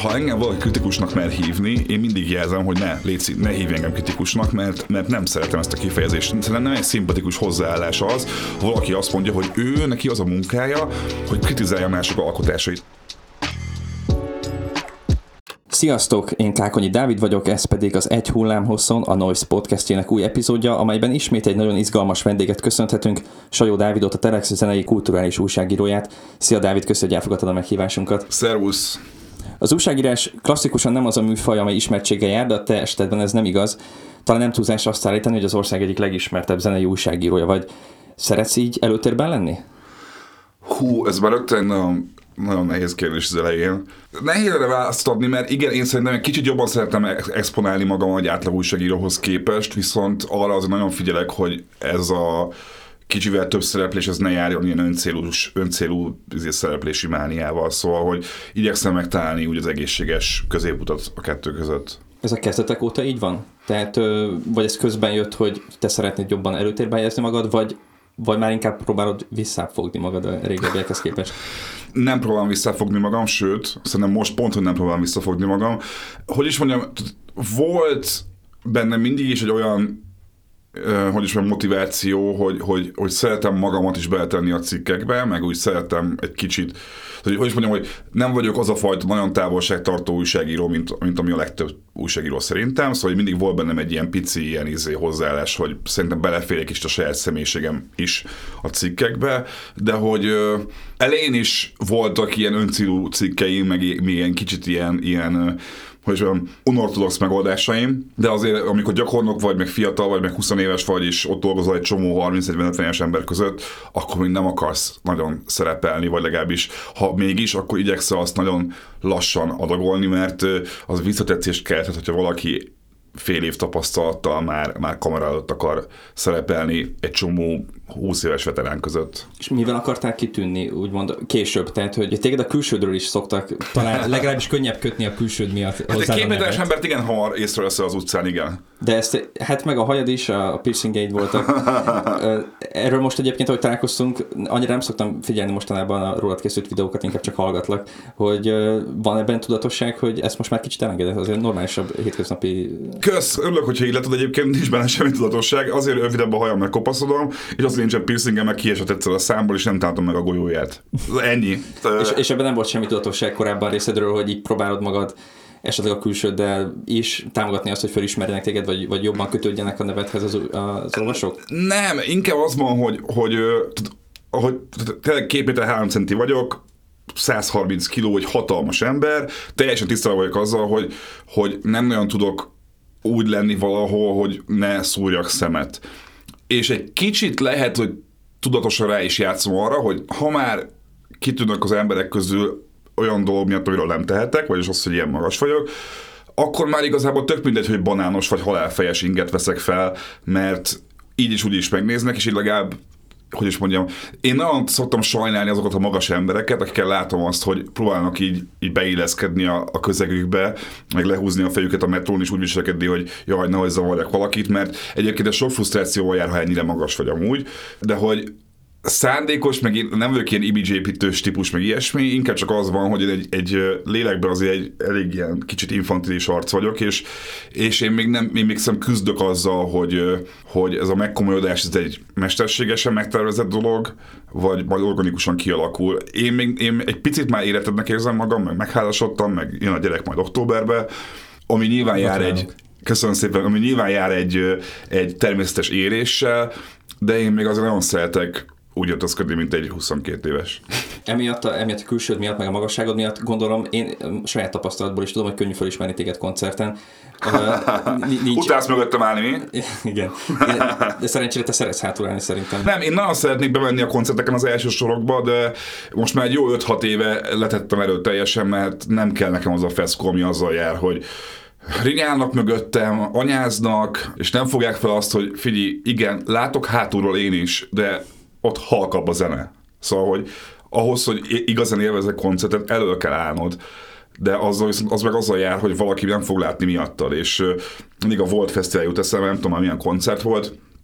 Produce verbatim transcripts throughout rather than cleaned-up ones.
ha engem valaki kritikusnak mer hívni, én mindig jelzem, hogy ne, légy, ne hívj engem kritikusnak, mert, mert nem szeretem ezt a kifejezést. Szerintem nem egy szimpatikus hozzáállás az, ha valaki azt mondja, hogy ő, neki az a munkája, hogy kritizálja mások alkotásait. Sziasztok, én Kákonyi Dávid vagyok, ez pedig az Egy hullám hosszon, a Noise podcastjének új epizódja, amelyben ismét egy nagyon izgalmas vendéget köszönhetünk, Sajó Dávidot, a Telex zenei kulturális újságíróját. Szia Dávid, köszönjük, hogy elfogadtad a meghívásunkat. Szervusz! Az újságírás klasszikusan nem az a műfaj, amely ismertséggel jár, de a te esetedben ez nem igaz. Talán nem túlzás azt állítani, hogy az ország egyik legismertebb zenei újságírója vagy. Szeretsz így előtérben lenni? Hú, ez már rögtön nagyon, nagyon nehéz kérdés az elején. Nehéz erre választ adni, mert igen, én szerintem egy kicsit jobban szeretem exponálni magam egy átlag újságíróhoz képest, viszont arra azért nagyon figyelek, hogy ez a kicsivel több szereplés, ez ne járjon ilyen öncélú, öncélú szereplési mániával, szóval, hogy igyekszem megtalálni úgy az egészséges középutat a kettő között. Ez a kezdetek óta így van? Tehát, vagy ez közben jött, hogy te szeretnéd jobban előtérbe helyezni magad, vagy, vagy már inkább próbálod visszafogni magad a régebbiekhez képest? Nem próbálom visszafogni magam, sőt, szerintem most pont, hogy nem próbálom visszafogni magam. Hogy is mondjam, volt bennem mindig is egy olyan hogy is mondjam, motiváció, hogy, hogy, hogy szeretem magamat is beletenni a cikkekbe, meg úgy szeretem egy kicsit, hogy, hogy is mondjam, hogy nem vagyok az a fajta nagyon távolságtartó újságíró, mint, mint ami a legtöbb újságíró szerintem, szóval mindig volt bennem egy ilyen pici ilyen izé hozzáállás, hogy szerintem beleférjek is a saját személyiségem is a cikkekbe, de hogy ö, elején is voltak ilyen öncélú cikkeim, meg ilyen kicsit ilyen, ilyen hogy olyan unortodox megoldásaim, de azért, amikor gyakornok vagy, meg fiatal vagy, meg húsz éves vagy, és ott dolgozol egy csomó harminc-negyven-ötven éves ember között, akkor még nem akarsz nagyon szerepelni, vagy legalábbis, ha mégis, akkor igyekszel azt nagyon lassan adagolni, mert az visszatetszést kelthet, hogyha valaki fél év tapasztalattal már, már kamera előtt akar szerepelni egy csomó húsz éves veterán között. És mivel akartál kitűnni, úgymond később? Tehát, hogy téged a külsődről is szoktak talán legalábbis könnyebb kötni a külsőd miatt. Hát egy két méteres embert igen hamar észreveszel az utcán, igen. De ezt, hát meg a hajad is, a piercingeid voltak. Erről most egyébként, ahogy találkoztunk, annyira nem szoktam figyelni mostanában a rólad készült videókat, inkább csak hallgatlak, hogy van ebben tudatosság, hogy ezt most már kicsit elengedett, azért normálisabb hétköznapi... Kösz, örülök, hogyha így letted, egyébként nincs benne semmi tudatosság, azért rövidebb a hajam, meg kopaszodom, és azért nincsen piercingem, meg kiesett egyszer a számból, és nem találtam meg a golyóját. Ennyi. és, és ebben nem volt semmi tudatosság korábban részedről, hogy így próbálod magad esetleg a külsőddel is támogatni azt, hogy felismerjenek téged, vagy, vagy jobban kötődjenek a nevedhez az, az olvasók? Nem, inkább az van, hogy, hogy, hogy tényleg két méter három centi vagyok, száz harminc kiló, egy hatalmas ember, teljesen tisztában vagyok azzal, hogy, hogy nem nagyon tudok úgy lenni valahol, hogy ne szúrjak szemet. És egy kicsit lehet, hogy tudatosan rá is játszom arra, hogy ha már kitűnök az emberek közül olyan dolog miatt, amiről nem tehetek, vagyis az, hogy ilyen magas vagyok, akkor már igazából tök mindegy, hogy banános vagy halálfejes inget veszek fel, mert így is úgy is megnéznek, és így legalább, hogy is mondjam, én nagyon szoktam sajnálni azokat a magas embereket, akikkel látom azt, hogy próbálnak így, így beilleszkedni a, a közegükbe, meg lehúzni a fejüket a metrón, és úgy viselkedni, hogy jaj, nehogy zavarjak valakit, mert egyébként ez sok frusztrációval jár, ha ennyire magas vagy amúgy, de hogy szándékos, meg én nem vagyok ilyen image-építős típus, meg ilyesmi, inkább csak az van, hogy egy, egy lélekben azért egy elég ilyen kicsit infantilis arc vagyok, és, és én még nem, én még szem küzdök azzal, hogy, hogy ez a megkomolyodás, ez egy mesterségesen megtervezett dolog, vagy majd organikusan kialakul. Én még én egy picit már érettednek érzem magam, meg meghálásodtam, meg jön a gyerek majd októberbe, ami nyilván jár egy, köszönöm szépen, ami nyilván jár egy, egy természetes éréssel, de én még azért nagyon szeretek úgy öltözködni, mint egy huszonkét éves. Emiatt a, emiatt a külsőd miatt, meg a magasságod miatt gondolom, én saját tapasztalatból is tudom, hogy könnyű felismerni téged koncerten. Uh, nincs... Utálsz mögöttem állni, mi? Igen. De szerencsére te szeretsz hátul állni szerintem. Nem, én nagyon szeretnék bemenni a koncerteken az első sorokba, de most már egy jó öt-hat éve letettem erőt teljesen, mert nem kell nekem az a feszkó, ami azzal jár, hogy rinyálnak mögöttem, anyáznak, és nem fogják fel azt, hogy figyelj, igen, látok hátulról én is, de ott halkabb a zene. Szóval, hogy ahhoz, hogy igazán élvezek koncertet, elő kell állnod, de az, az meg azzal jár, hogy valaki nem fog látni miattad, és mindig a Volt Fesztivál jut eszembe, nem tudom már milyen koncert volt,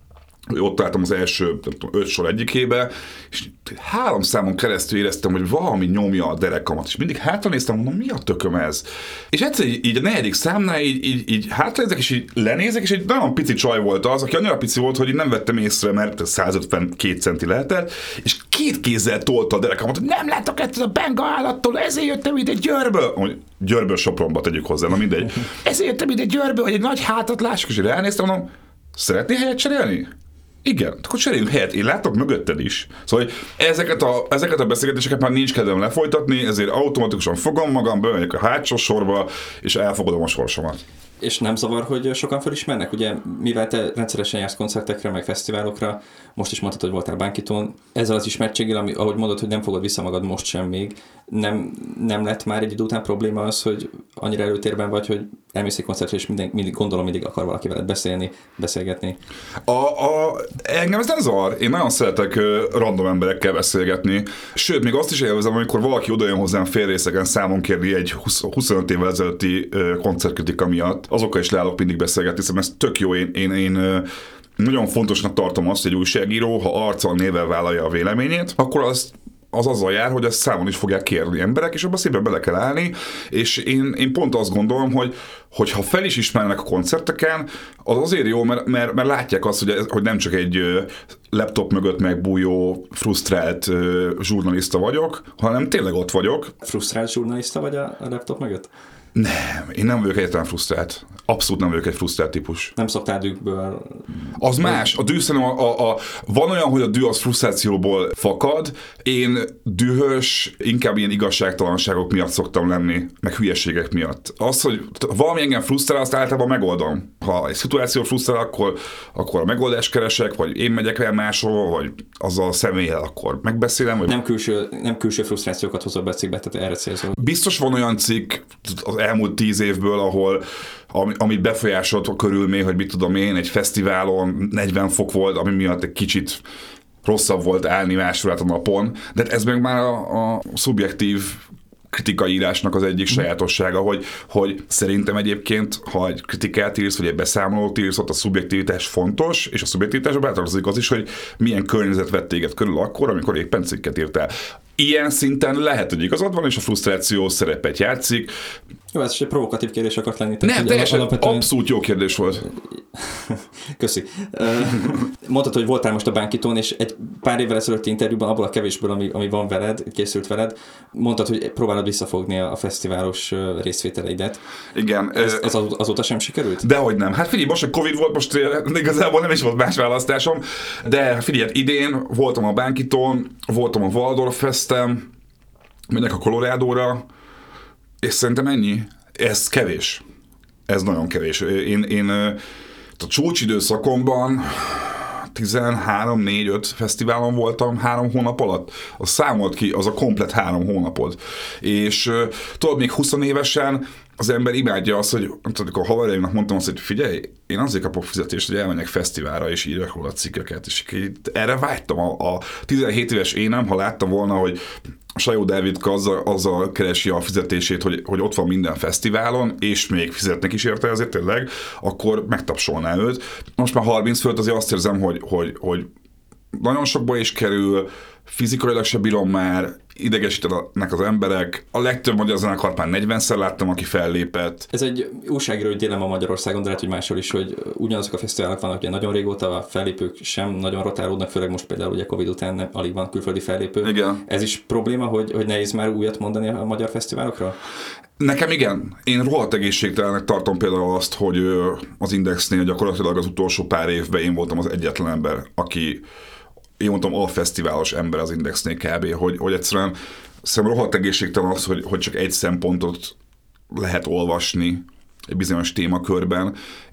Ott álltam az első nem tudom, öt sor egyikébe, és három számon keresztül éreztem, hogy valami nyomja a derekamat, és mindig hátranéztem, mondom, mi a tököm ez? És egyszer így, így a negyedik számnál így, így, így hátranézek, és így lenézek, és egy nagyon pici csaj volt az, aki annyira pici volt, hogy így nem vettem észre, mert százötvenkét centi lehetett, és két kézzel tolta a derekamat, hogy nem látok ettől a benga állattól, ezért jöttem ide Győrből. Hogy Győrből Sopronba tegyük hozzá, na mindegy. Ezért jöttem ide Győrből, hogy egy nagy hátat lássuk, és így ránéztem, mondom, szeretnél helyet cserélni? Igen, akkor cseréljünk helyet, én látok mögötted is. Szóval hogy ezeket a, ezeket a beszélgetéseket már nincs kedvem lefolytatni, ezért automatikusan fogom magam, bemegyek a hátsó sorba, és elfogadom a sorsomat. És nem zavar, hogy sokan felismernek? Ugye, mivel te rendszeresen jársz koncertekre, meg fesztiválokra, most is mondtad, hogy voltál Bánkitón, ezzel az ismertséggel, ami, ahogy mondod, hogy nem fogod vissza magad most sem még, nem, nem lett már egy idő után probléma az, hogy annyira előtérben vagy, hogy elmész egy koncertre, és minden, mindig, gondolom mindig akar valaki veled beszélni, beszélgetni. A, a, engem ez nem zavar. Én nagyon szeretek uh, random emberekkel beszélgetni. Sőt, még azt is élvezem, amikor valaki odajön hozzám félrészegen számon kérni egy húsz, huszonöt évvel ezelőtti uh, koncertkritika miatt. Azokkal is leállok mindig beszélgetni, hiszen ez tök jó. Én, én, én uh, nagyon fontosnak tartom azt, hogy egy újságíró, ha arccal, névvel vállalja a véleményét, akkor az az azzal jár, hogy ezt számon is fogják kérni emberek, és abban szépen bele kell állni, és én, én pont azt gondolom, hogy, hogy ha fel is ismernek a koncerteken, az azért jó, mert, mert, mert látják azt, hogy, ez, hogy nem csak egy laptop mögött megbújó, frusztrált zsurnalista vagyok, hanem tényleg ott vagyok. Frusztrált zsurnalista vagy a, a laptop mögött? Nem, én nem vagyok egyáltalán frusztrált. Abszolút nem vagyok egy frusztrált típus. Nem szoktál dühből? Az más. A düh szerintem a, a, a, van olyan, hogy a düh az frusztrációból fakad. Én dühös, inkább ilyen igazságtalanságok miatt szoktam lenni, meg hülyeségek miatt. Az, hogy valami engem frusztrál, azt általában megoldom. Ha egy szituáció frusztrál, akkor, akkor a megoldást keresek, vagy én megyek el máshol, vagy azzal a személlyel akkor megbeszélem. Vagy... Nem, külső, nem külső frusztrációkat hozol be a cikkbe, tehát erre célzol. Biztos van olyan cikk az elmúlt tíz évből, ahol ami, amit befolyásolt a körülmény, hogy mit tudom én, egy fesztiválon negyven fok volt, ami miatt egy kicsit rosszabb volt állni másolát a napon, de ez meg már a, a szubjektív kritikaírásnak az egyik sajátossága, hogy, hogy szerintem egyébként, ha egy kritikát írsz, vagy egy beszámolót írsz, ott a szubjektivitás fontos, és a szubjektivitásban beletartozik az is, hogy milyen környezet vett téged körül akkor, amikor éppen cikket írtál. Ilyen szinten lehet, hogy igazad van, és a frusztráció szerepet játszik. Jó, ez is egy provokatív kérdés akart lenni. Nem, teljesen alapvetően... abszolút jó kérdés volt. Köszi. Mondtad, hogy voltál most a Bánkitón, és egy pár évvel ezelőtti interjúban, abból a kevésből, ami, ami van veled, készült veled, mondtad, hogy próbálod visszafogni a fesztiválos részvételeidet. Igen. Ez, ez azóta sem sikerült? Dehogy nem. Hát figyelj, most a Covid volt, most igazából nem is volt más választásom, de figyelj, idén voltam a Bánkitón, voltam a Waldorf Festem, megyek a Colorado-ra, és szerintem ennyi. Ez kevés. Ez nagyon kevés. Én, én a csúcsidőszakomban tizenhárom, négy, öt fesztiválon voltam három hónap alatt. Az számolt ki, az a komplet három hónapot. És tudod, még húsz évesen az ember imádja azt, hogy amikor a haverjaimnak mondtam azt, hogy figyelj, én azért kapok fizetést, hogy elmenjek fesztiválra, és írjak róla cikkeket, és erre vágytam. A, a tizenhét éves énem, ha láttam volna, hogy Sajó Dávidka azzal, azzal keresi a fizetését, hogy, hogy ott van minden fesztiválon, és még fizetnek is érte ezért tényleg, akkor megtapsolná őt. Most már harminc fölött azért azt érzem, hogy, hogy, hogy nagyon sokba is kerül, fizikailag se bírom már, idegesítenek az emberek. A legtöbb magyar zenekart már negyvenszer láttam, aki fellépett. Ez egy újságírói dilemma Magyarországon, de lehet, hogy máshol is, hogy ugyanazok a fesztiválok vannak, ugye nagyon régóta, a fellépők sem nagyon rotálódnak, főleg most például ugye Covid után nem, alig van külföldi fellépő. Igen. Ez is probléma, hogy, hogy nehéz már újat mondani a magyar fesztiválokra? Nekem igen. Én rohadt egészségtelenek tartom például azt, hogy az Indexnél gyakorlatilag az utolsó pár évben én voltam az egyetlen ember, aki én mondtam, a fesztiválos ember az Indexnél kb., hogy, hogy egyszerűen szerintem rohadt egészségtelen az, hogy, hogy csak egy szempontot lehet olvasni egy bizonyos témakörben,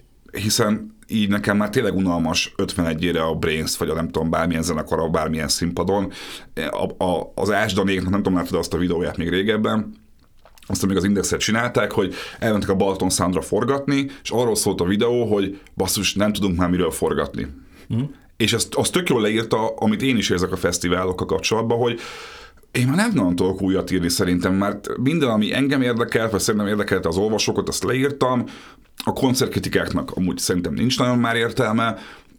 hiszen így nekem már tényleg unalmas ötvenegyére a Brains, vagy a nem tudom, bármilyen zenekar, bármilyen színpadon. A, a, az Ásdanéknak, nem tudom, látod azt a videóját még régebben, aztán még az Indexet csinálták, hogy elmentek a Balaton Soundra forgatni, és arról szólt a videó, hogy basszus, nem tudunk már miről forgatni. Mm. És ezt, azt tök jól leírta, amit én is érzek a fesztiválokkal kapcsolatban, hogy én már nem nagyon tudok újat írni szerintem, mert minden, ami engem érdekelt, vagy szerintem érdekelte az olvasókat, azt leírtam. A koncertkritikáknak amúgy szerintem nincs nagyon már értelme.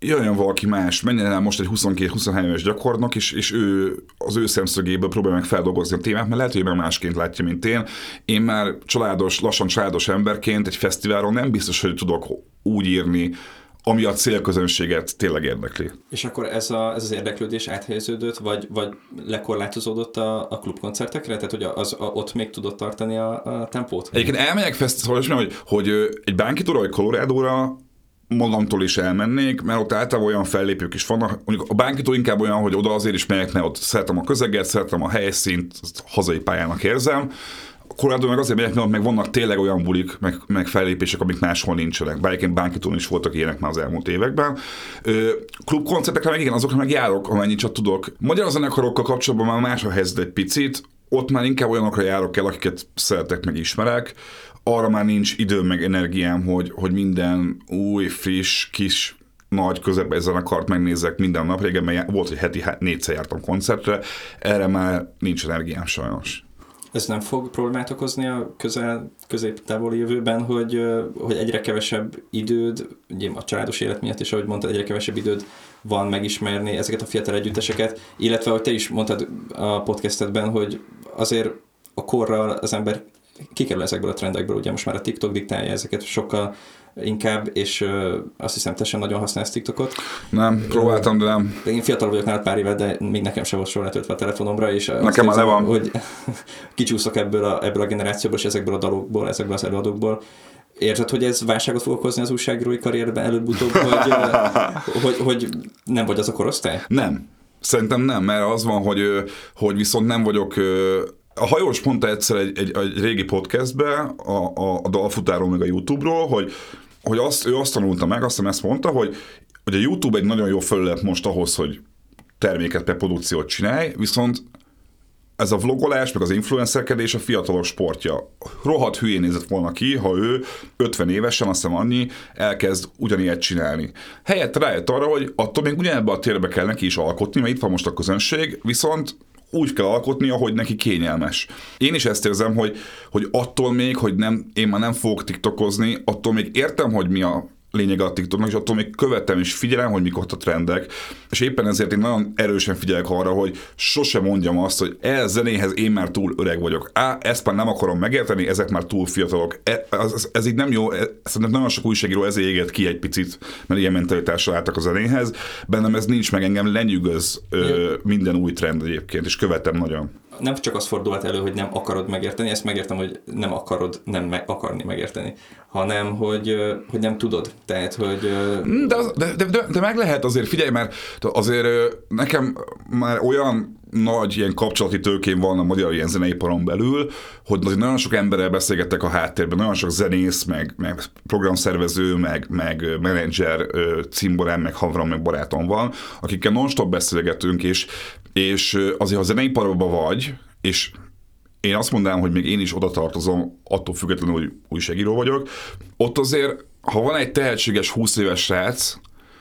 jöjjön valaki más, menjen el most egy huszonkét-huszonhárom éves gyakornok, és, és ő az ő szemszögéből próbálja meg feldolgozni a témát, mert lehet, hogy meg másként látja, mint én. Én már családos, lassan családos emberként egy fesztiválon nem biztos, hogy tudok úgy írni, ami a célközönséget tényleg érdekli. És akkor ez, a, ez az érdeklődés áthelyeződött, vagy, vagy lekorlátozódott a, a klubkoncertekre? Tehát, hogy az, a, ott még tudott tartani a, a tempót? Egyébként elmegyek fesztiválra, hogy, hogy egy Bánkitúra vagy Colorado-ra magamtól is elmennék, mert ott általában olyan fellépők is vannak. Mondjuk a Bánkitó inkább olyan, hogy oda azért is megyek, mert ott szeretem a közeget, szeretem a helyszínt, hazai pályának érzem. Colorado meg azért megyek, mert meg vannak tényleg olyan bulik, meg, meg fellépések, amik máshol nincsenek. Bár egyébként Bánkitón is voltak ilyenek már az elmúlt években. Klubkoncertekre meg igen, azokra meg járok, amennyit csak tudok. Magyar zenekarokkal kapcsolatban már más a helyzet egy picit. Ott már inkább olyanokra járok el, akiket szeretek, meg ismerek. Arra már nincs időm, meg energiám, hogy, hogy minden új, friss, kis, nagy, közepes zenekart megnézek minden nap. Régen volt, hogy heti négyszer jártam koncertre. Erre már nincs energiám sajnos. Ez nem fog problémát okozni a közel, közép-távoli jövőben, hogy, hogy egyre kevesebb időd, ugye a családos élet miatt is, ahogy mondtad, egyre kevesebb időd van megismerni ezeket a fiatal együtteseket, illetve, ahogy te is mondtad a podcastedben, hogy azért a korral az ember kikerül ezekből a trendekből, ugye most már a TikTok diktálja ezeket sokkal inkább, és uh, azt hiszem, te sem nagyon használsz TikTokot. Nem, próbáltam, de nem. De én fiatal vagyok nálad pár éve, de még nekem sem volt soha letöltve a telefonomra, és nekem már le van. Hogy kicsúszok ebből a, ebből a generációból, és ezekből a dalokból, ezekből az előadókból. Érzed, hogy ez válságot fog okozni az újságírói karrierben előbb-utóbb, hogy, hogy, hogy nem vagy az a korosztály? Nem. Szerintem nem, mert az van, hogy, hogy viszont nem vagyok... A hajós mondta egyszer egy, egy, egy régi podcastbe, a, a, a Dalfutáról meg a YouTube-ról, hogy, hogy azt, ő azt tanulta meg, azt ezt mondta, hogy, hogy a YouTube egy nagyon jó felület most ahhoz, hogy terméket, preprodukciót csinálj, viszont ez a vlogolás, meg az influencerkedés a fiatalok sportja. Rohadt hülyén nézett volna ki, ha ő ötven évesen, azt hiszem annyi, elkezd ugyanilyet csinálni. Helyett rájött arra, hogy attól még ugyanebben a térbe kell neki is alkotni, mert itt van most a közönség, viszont úgy kell alkotni, ahogy neki kényelmes. Én is ezt érzem, hogy, hogy attól még, hogy nem, én már nem fogok tiktokozni, attól még értem, hogy mi a lényege a TikToknak, és attól még követem és figyelem, hogy mik ott a trendek, és éppen ezért én nagyon erősen figyelek arra, hogy sosem mondjam azt, hogy ez zenéhez én már túl öreg vagyok. Á, ezt már nem akarom megérteni, ezek már túl fiatalok. Ez, ez, ez így nem jó, ez, szerintem nagyon sok újságíró ezért égett ki egy picit, mert ilyen mentalitással álltak a zenéhez. Bennem ez nincs meg, engem lenyűgöz ö, minden új trend egyébként, és követem nagyon. Nem csak az fordulhat elő, hogy nem akarod megérteni, ezt megértem, hogy nem akarod nem me- akarni megérteni, hanem, hogy, hogy nem tudod. Tehát, hogy... De, de, de, de, de meg lehet azért, figyelj, mert azért nekem már olyan nagy ilyen kapcsolati tőkén van a magyar ilyen zeneiparon belül, hogy azért nagyon sok emberrel beszélgettek a háttérben, nagyon sok zenész, meg, meg programszervező, meg, meg menedzser, cimborám, meg havram, meg barátom van, akikkel non-stop beszélgetünk, és, és azért ha zeneiparban vagy, és én azt mondanám, hogy még én is oda tartozom, attól függetlenül, hogy újságíró vagyok, ott azért, ha van egy tehetséges húsz éves srác,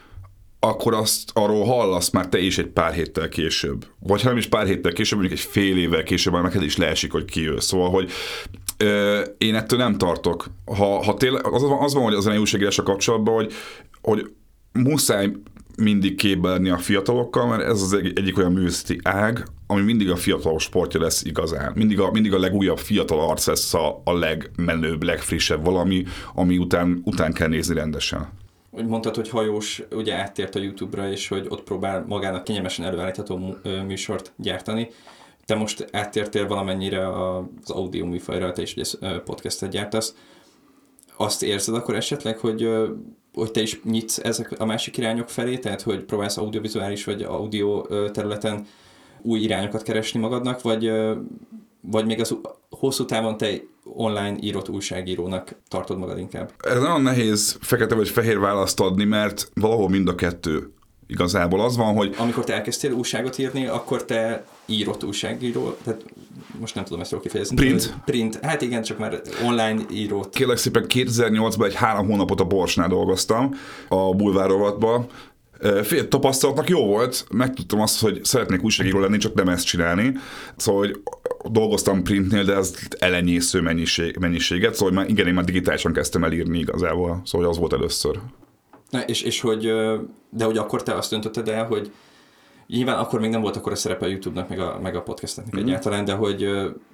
akkor azt arról hallasz már te is egy pár héttel később. Vagy ha nem is pár héttel később, mondjuk egy fél évvel később már neked is leesik, hogy ki jössz. Szóval, hogy ö, én ettől nem tartok. Ha, ha tényleg, az, az van, hogy a zenei újságírással kapcsolatban, hogy, hogy muszáj mindig képbe lenni a fiatalokkal, mert ez az egy, egyik olyan művészeti ág, ami mindig a fiatalok sportja lesz igazán. Mindig a, mindig a legújabb fiatal arc lesz a, a legmenőbb, legfrissebb valami, ami után, után kell nézni rendesen. Úgy mondtad, hogy hajós ugye áttért a YouTube-ra, és hogy ott próbál magának kényelmesen előállítható műsort gyártani. Te most áttértél valamennyire az audio műfajra, te is ugye podcastet gyártasz. Azt érzed akkor esetleg, hogy, hogy te is nyitsz ezek a másik irányok felé, tehát hogy próbálsz audiovizuális vagy audio területen új irányokat keresni magadnak, vagy, vagy még az hosszú távon te online írott újságírónak tartod magad inkább? Ez nagyon nehéz fekete vagy fehér választ adni, mert valahol mind a kettő. Igazából az van, hogy... Amikor te elkezdtél újságot írni, akkor te írott újságíró, tehát most nem tudom ezt jól kifejezni. Print? Print, hát igen, csak már online írót. Kérlek szépen kétezer-nyolcban egy három hónapot a Borsnál dolgoztam, a Bulvár rovatban. Fél tapasztalatnak jó volt, megtudtam azt, hogy szeretnék újságíró lenni, csak nem ezt csinálni. Szóval, hogy dolgoztam printnél, de ez elenyésző mennyiség, mennyiséget, szóval már igen, én már digitálisan kezdtem el írni igazából, szóval az volt először. Na, és, és hogy, de hogy akkor te azt döntötted el, hogy nyilván akkor még nem volt akkor a szerepe a YouTube-nak, meg a, meg a podcastnek mm-hmm. egyáltalán, de hogy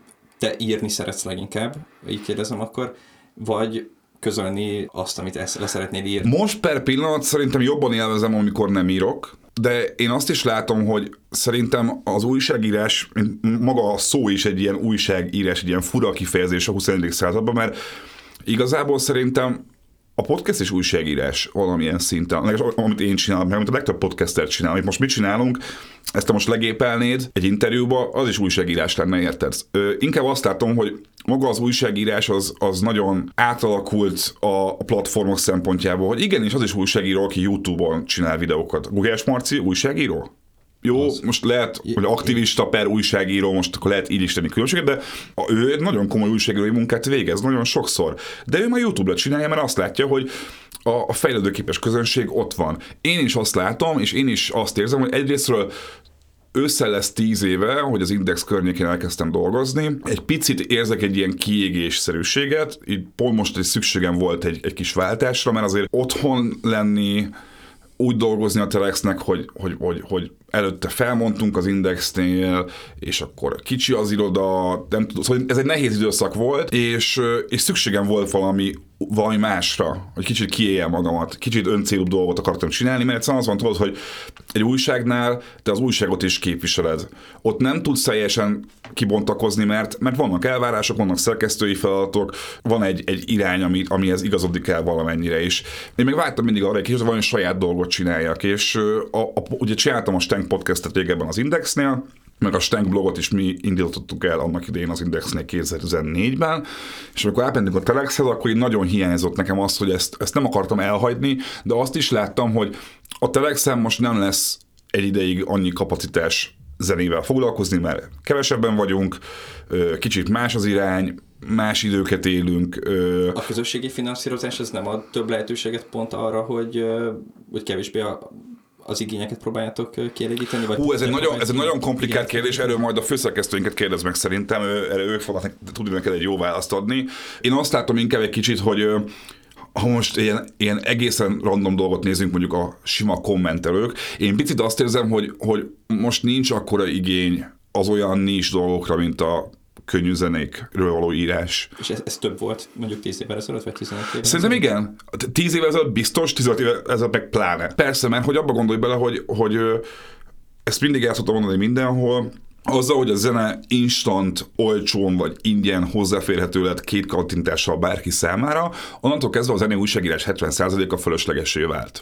te írni szeretsz leginkább, így kérdezem akkor, vagy közölni azt, amit ezt le szeretnél írni? Most per pillanat szerintem jobban élvezem, amikor nem írok, de én azt is látom, hogy szerintem az újságírás, maga a szó is egy ilyen újságírás, egy ilyen fura kifejezés a huszonegyedik században, mert igazából szerintem a podcast is újságírás valamilyen szinten, amit én csinálom, mert amit a legtöbb podcaster csinál, amit most mit csinálunk, ezt te most legépelnéd egy interjúba, az is újságírás lenne, érted? Ö, inkább azt látom, hogy maga az újságírás az, az nagyon átalakult a platformok szempontjából, hogy igenis az is újságíró, aki YouTube-on csinál videókat. Gulyás Marci újságíró? Jó, az. Most lehet, hogy aktivista per újságíró, most akkor lehet így is tenni különbséget, de ő egy nagyon komoly újságírói munkát végez, nagyon sokszor. De ő már YouTube-ra csinálja, mert azt látja, hogy a fejlődőképes közönség ott van. Én is azt látom, és én is azt érzem, hogy egyrésztről ősszel lesz tíz éve, hogy az Index környékén elkezdtem dolgozni. Egy picit érzek egy ilyen kiégésszerűséget, így pont most egy szükségem volt egy, egy kis váltásra, mert azért otthon lenni, úgy dolgozni a Telexnek, hogy, hogy, hogy, hogy előtte felmondtunk az Indexnél, és akkor kicsi az iroda, nem tudom, szóval ez egy nehéz időszak volt, és, és szükségem volt valami, valami másra, hogy kicsit kiéljem magamat, kicsit öncélúbb dolgot akartam csinálni, mert egyszerűen az van, tudod, hogy egy újságnál te az újságot is képviseled. Ott nem tudsz teljesen kibontakozni, mert, mert vannak elvárások, vannak szerkesztői feladatok, van egy, egy irány, ami, amihez igazodik kell valamennyire is. Én meg vágytam mindig arra, hogy valami saját dolgot csináljak, és a, a, ugye csináltam a Stenk podcastet régebben az Indexnél, meg a Stenk blogot is mi indítottuk el annak idején az Indexnél kétezer-tizennégyben, és amikor elmentünk a Telexhez, akkor így nagyon hiányzott nekem az, hogy ezt, ezt nem akartam elhagyni, de azt is láttam, hogy a Telexen most nem lesz egy ideig annyi kapacitás zenével foglalkozni, mert kevesebben vagyunk, kicsit más az irány, más időket élünk. A közösségi finanszírozás az nem ad több lehetőséget pont arra, hogy, hogy kevésbé a az igényeket próbáljátok kielégíteni? Vagy Hú, ez egy nagyon, ez egy nagyon komplikált kérdés, erről majd a főszerkesztőinket kérdez meg szerintem, erre ők fognak tudni neked egy jó választ adni. Én azt látom inkább egy kicsit, hogy ha most ilyen, ilyen egészen random dolgot nézünk, mondjuk a sima kommentelők, én picit azt érzem, hogy, hogy most nincs akkora igény az olyan nincs dolgokra, mint a könnyű zenékről való írás. És ez, ez több volt mondjuk tíz évvel ezelőtt, vagy tizenöt évvel? Szerintem igen. tíz évvel ezelőtt biztos, tizenöt évvel ezelőtt meg pláne. Persze, mert hogy abba gondolj bele, hogy, hogy ezt mindig el szoktam mondani mindenhol, azzal, hogy a zene instant, olcsón vagy ingyen hozzáférhető lett két kattintással bárki számára, onnantól kezdve a zenei újságírás hetven százaléka fölöslegessé vált.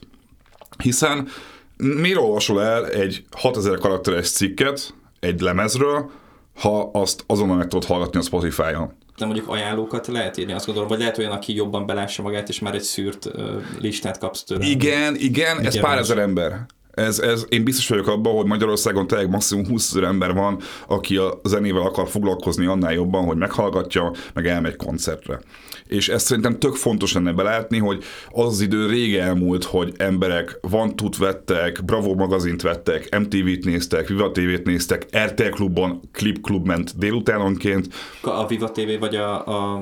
Hiszen miért olvasol el egy hatezer karakteres cikket egy lemezről, ha azt azonnal meg tudod hallgatni a Spotify-on. De mondjuk ajánlókat lehet írni, azt gondolom, vagy lehet olyan, aki jobban belássa magát, és már egy szűrt uh, listát kapsz tőle. Igen, igen, ez pár ezer ember. Ez, ez, én biztos vagyok abban, hogy Magyarországon tényleg maximum húszezer ember van, aki a zenével akar foglalkozni annál jobban, hogy meghallgatja, meg elmegy koncertre. És ezt szerintem tök fontos lenne belátni, hogy az az idő rég elmúlt, hogy emberek Vantut vettek, Bravo magazint vettek, em té vét néztek, Viva té vét néztek, er té el klubban Klip Klub ment délutánonként. A Viva té vé vagy a... a...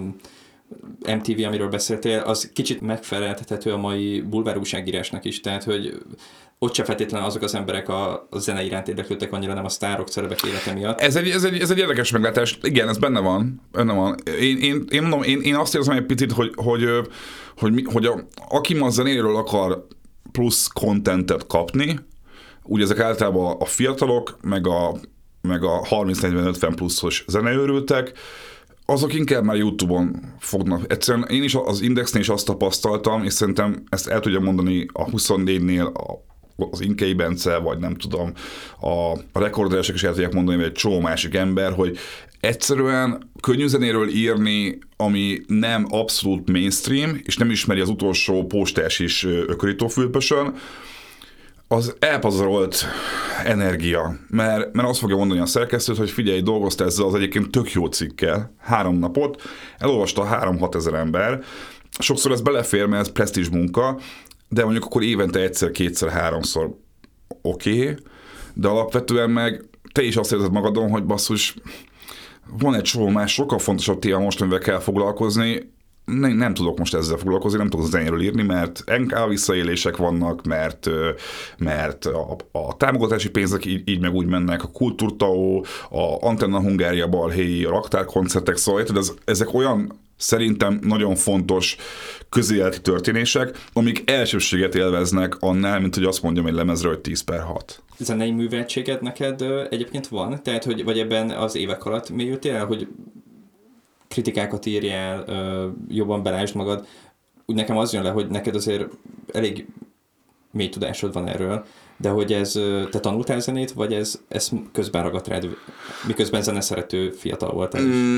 em té vé, amiről beszéltél, az kicsit megfeleltethető a mai bulvárúságírásnak is, tehát, hogy ott se feltétlenül azok az emberek a, a zene iránt érdeklődtek annyira, nem a sztárok, celebek élete miatt. Ez egy, ez, egy, ez egy érdekes meglátás. Igen, ez benne van. Benne van. Én, én, én mondom, én, én azt érzem egy picit, hogy, hogy, hogy, hogy a, aki ma a zenéről akar plusz contentet kapni, úgy ezek általában a fiatalok, meg a, meg a harminc negyven ötven pluszos zeneőrültek, azok inkább már YouTube-on fognak. Egyszerűen én is az Indexnél is azt tapasztaltam, és szerintem ezt el tudja mondani a huszonnégynél a, az Inkei Bence, vagy nem tudom, a, a rekorderesek is el tudják mondani, vagy egy csomó másik ember, hogy egyszerűen könnyű zenéről írni, ami nem abszolút mainstream, és nem ismeri az utolsó postás is ökörítófülpösön, az elpazarolt energia, mert, mert azt fogja mondani a szerkesztőt, hogy figyelj, dolgoztál ezzel az egyébként tök jó cikkel, három napot, elolvasta három-hat ezer ember, sokszor ez belefér, mert ez presztízs munka, de mondjuk akkor évente egyszer, kétszer, háromszor oké, okay, de alapvetően meg te is azt érzed magadon, hogy basszus, van egy csomó más sokkal fontosabb téma most, amivel kell foglalkozni, nem, nem tudok most ezzel foglalkozni, nem tudok zenéről írni, mert en ká visszaélések vannak, mert, mert a, a támogatási pénzek így, így meg úgy mennek, a Kultúrtao, a Antenna Hungária balhéi, a raktárkoncertek, szóval ez, ezek olyan szerintem nagyon fontos közéleti történések, amik elsőbséget élveznek annál, mint hogy azt mondjam egy lemezről, hogy tíz per hat. Zenei műveltséged neked egyébként van? Tehát, hogy vagy ebben az évek alatt mélyültél el, hogy kritikákat írjál, jobban belásd magad? Úgy nekem az jön le, hogy neked azért elég mély tudásod van erről, de hogy ez, te tanultál zenét, vagy ez, ez közben ragadt rád, miközben zeneszerető fiatal voltál? Mm.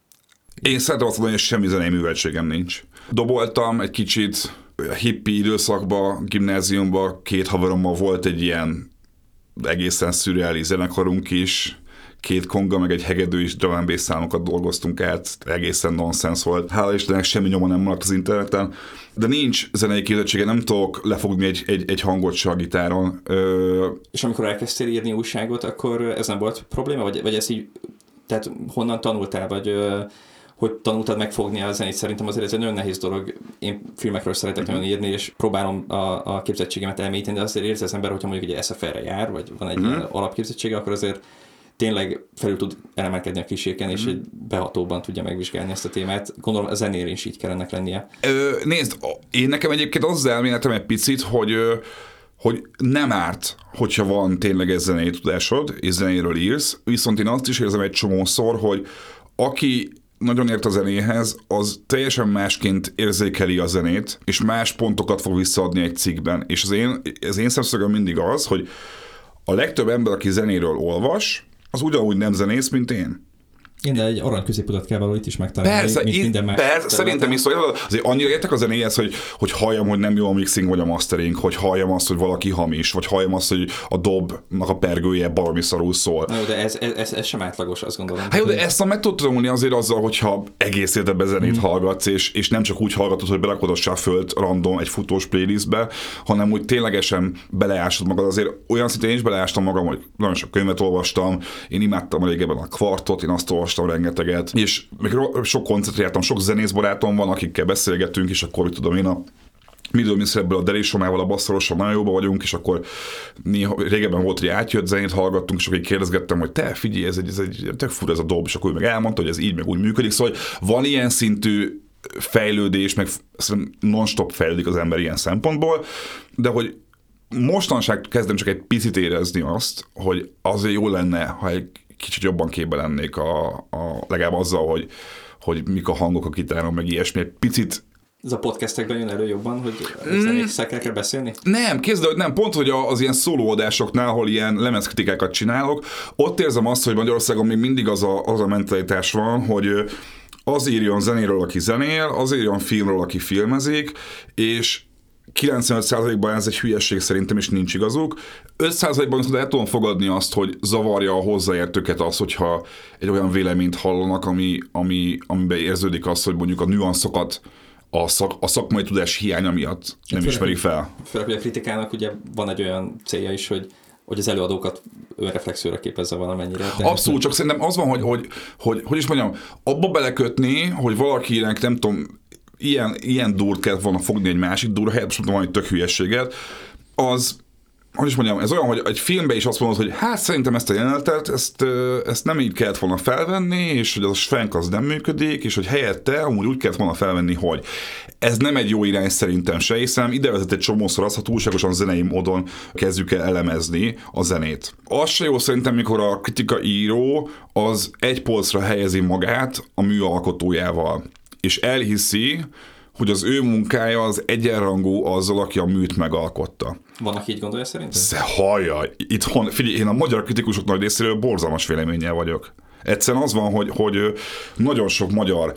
Én szeretem azt mondani, hogy semmi zenei műveltségem nincs. Doboltam egy kicsit hippi időszakban, gimnáziumban, két haverommal volt egy ilyen egészen szürreális zenekarunk is, két konga, meg egy hegedű is, drum and bass számokat dolgoztunk át, egészen nonsens volt. Hála Istennek semmi nyoma nem maradt az interneten, de nincs zenei képzettsége, nem tudok lefogni egy, egy, egy hangot se a gitáron. Ö... És amikor elkezdtél írni újságot, akkor ez nem volt probléma? Vagy, vagy ez így, tehát honnan tanultál, vagy hogy tanultad megfogni a zenét? Szerintem azért ez egy nagyon nehéz dolog. Én filmekről szeretek mm-hmm. nagyon írni, és próbálom a, a képzettségemet elmélyíteni, de azért érzi az ember, hogyha mondjuk egy es ef er-re jár, vagy van egy mm-hmm. alapképzettsége, akkor azért tényleg felül tud elemelkedni a kísérken, és egy behatóban tudja megvizsgálni ezt a témát. Gondolom a zenér is így kellene lennie. Ö, nézd, én nekem egyébként az elméletem egy picit, hogy, hogy nem árt, hogyha van tényleg ez zenei tudásod, és zenéről írsz, viszont én azt is érzem egy csomószor, hogy aki nagyon ért a zenéhez, az teljesen másként érzékeli a zenét, és más pontokat fog visszaadni egy cikkben. És az én, az én szemszögöm mindig az, hogy a legtöbb ember, aki zenéről olvas, az ugyanúgy nem zenész, mint én. Igen, de egy arany középutat kell valahol itt is megtalálni, persze, mint itt, minden más. Persze, szerintem is szóval, azért annyira értek a zenéhez, hogy, hogy halljam, hogy nem jó a mixing vagy a mastering, hogy halljam azt, hogy valaki hamis, vagy halljam azt, hogy a dobnak a pergője baromi szarul szól. Na jó, de ez, ez, ez, ez sem átlagos, azt gondolom. Hát jó, de ezt meg tudod tanulni azért azzal, hogyha egész életben zenét mm. hallgatsz, és, és nem csak úgy hallgatod, hogy berakod a shuffle-t random egy futós playlistbe, hanem úgy ténylegesen beleásod magad. Azért olyan szintén is beleástam magam, hogy nagyon sok könyvet olvastam, én imádtam régebben a kvartot, én azt olvastam rengeteget, és még sok koncertre sok zenész barátom van, akikkel beszélgetünk, és akkor, hogy tudom én, a Middle Mistress-ből a Delisomával, a basszorossal nagyon jóban vagyunk, és akkor néha, régebben volt, hogy átjött zenét hallgattunk, és akkor kérdezgettem, hogy te figyelj, ez egy, ez egy tök fura ez a dob, és akkor ő meg elmondta, hogy ez így meg úgy működik, szóval van ilyen szintű fejlődés, meg non-stop fejlődik az ember ilyen szempontból, de hogy mostanság kezdem csak egy picit érezni azt, hogy azért jó lenne, ha egy kicsit jobban képbe lennék a, a legalább azzal, hogy, hogy mik a hangok a gitáron, meg ilyesmi, egy picit. Ez a podcastekben jön elő jobban, hogy zenészekkel kell beszélni? Nem, képzeld, hogy nem, pont, hogy az ilyen szólóadásoknál, ahol ilyen lemezkritikákat csinálok, ott érzem azt, hogy Magyarországon még mindig az a, az a mentalitás van, hogy az írjon zenéről, aki zenél, az írjon filmről, aki filmezik, és kilencvenöt százalékban ez egy hülyesség szerintem, és nincs igazuk. öt százalékban el tudom fogadni azt, hogy zavarja a hozzáértőket az, hogyha egy olyan véleményt hallanak, ami, ami, amiben érződik az, hogy mondjuk a nüanszokat a, szak, a szakmai tudás hiánya miatt nem hát ismerik fel. Főleg, hogy a kritikának ugye van egy olyan célja is, hogy hogy az előadókat önreflexióra képezze valamennyire. Abszolút, csak szerintem az van, hogy hogy, hogy, hogy is mondjam, abba belekötni, hogy valakinek nem tudom, ilyen, ilyen durt kellett volna fogni egy másik dur helyett, most mondtam, hogy tök hülyességet, az, hogy is mondjam, ez olyan, hogy egy filmben is azt mondod, hogy hát szerintem ezt a jelenetet, ezt, ezt nem így kellett volna felvenni, és hogy az a svenk az nem működik, és hogy helyette amúgy úgy kellett volna felvenni, hogy ez nem egy jó irány szerintem se, hiszen ide vezet egy csomószor az, ha túlságosan zenei módon kezdjük el elemezni a zenét. Az se jó szerintem, mikor a kritika író az egy polcra helyezi magát a mű alkotójával, és elhiszi, hogy az ő munkája az egyenrangú azzal, aki a műt megalkotta. Van, aki így gondolja szerintem? Hajjaj, itthon, figyelj, én a magyar kritikusok nagy részéről borzalmas véleménnyel vagyok. Egyszerűen az van, hogy, hogy nagyon sok magyar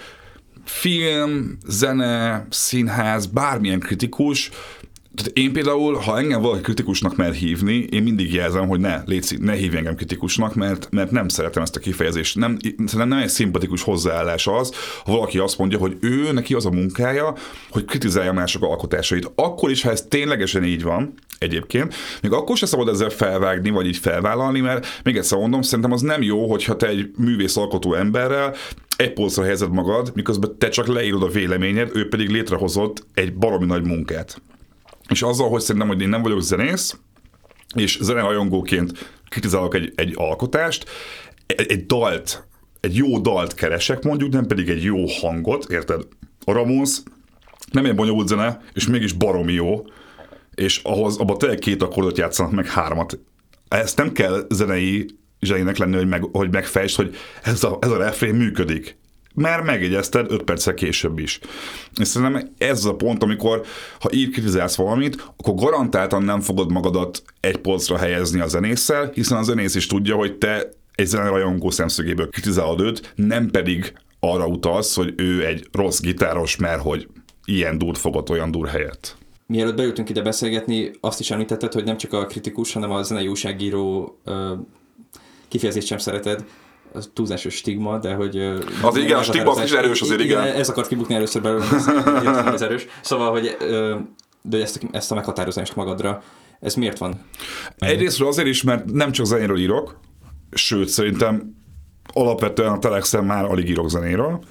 film, zene, színház, bármilyen kritikus, tehát én például, ha engem valaki kritikusnak mer hívni, én mindig jelzem, hogy ne, légy, ne hívj engem kritikusnak, mert, mert nem szeretem ezt a kifejezést. Nem, nem egy szimpatikus hozzáállás az, ha valaki azt mondja, hogy ő, neki az a munkája, hogy kritizálja mások alkotásait. Akkor is, ha ez ténylegesen így van, egyébként, még akkor sem szabad ezzel felvágni, vagy így felvállalni, mert még egyszer mondom, szerintem az nem jó, hogyha te egy művész alkotó emberrel egy polcra helyezed magad, miközben te csak leírod a véleményed, ő pedig létrehozott egy baromi nagy munkát. És azzal, hogy szerintem, hogy én nem vagyok zenész, és zenerajongóként kritizálok egy, egy alkotást, egy, egy dalt, egy jó dalt keresek mondjuk, nem pedig egy jó hangot, érted? A Ramones nem egy bonyolult zene, és mégis baromi jó, és ahhoz abban tényleg két akkordot játszanak meg hármat. Ezt nem kell zenei zsenének lenni, hogy, meg, hogy megfejtsd, hogy ez a, ez a refrén működik. Már megjegyezted öt perccel később is. És szerintem ez a pont, amikor ha így kritizálsz valamit, akkor garantáltan nem fogod magadat egy polcra helyezni a zenésszel, hiszen a zenész is tudja, hogy te egy zenerajongó szemszögéből kritizálod őt, nem pedig arra utalsz, hogy ő egy rossz gitáros, mert hogy ilyen dúrt fogott olyan dur helyett. Mielőtt beültünk ide beszélgetni, azt is említetted, hogy nem csak a kritikus, hanem a zenei újságíró kifejezést sem szereted. Az túlzásos stigma, de hogy... Az igen, a stigma az is erős azért, igen. igen. Ez akart kibukni először belőle, ez erős. Szóval, hogy de ezt, ezt a meghatározást magadra, ez miért van? Egyrésztről azért is, mert nem csak zenéről írok, sőt, szerintem alapvetően a Telexen már alig írok zenéről.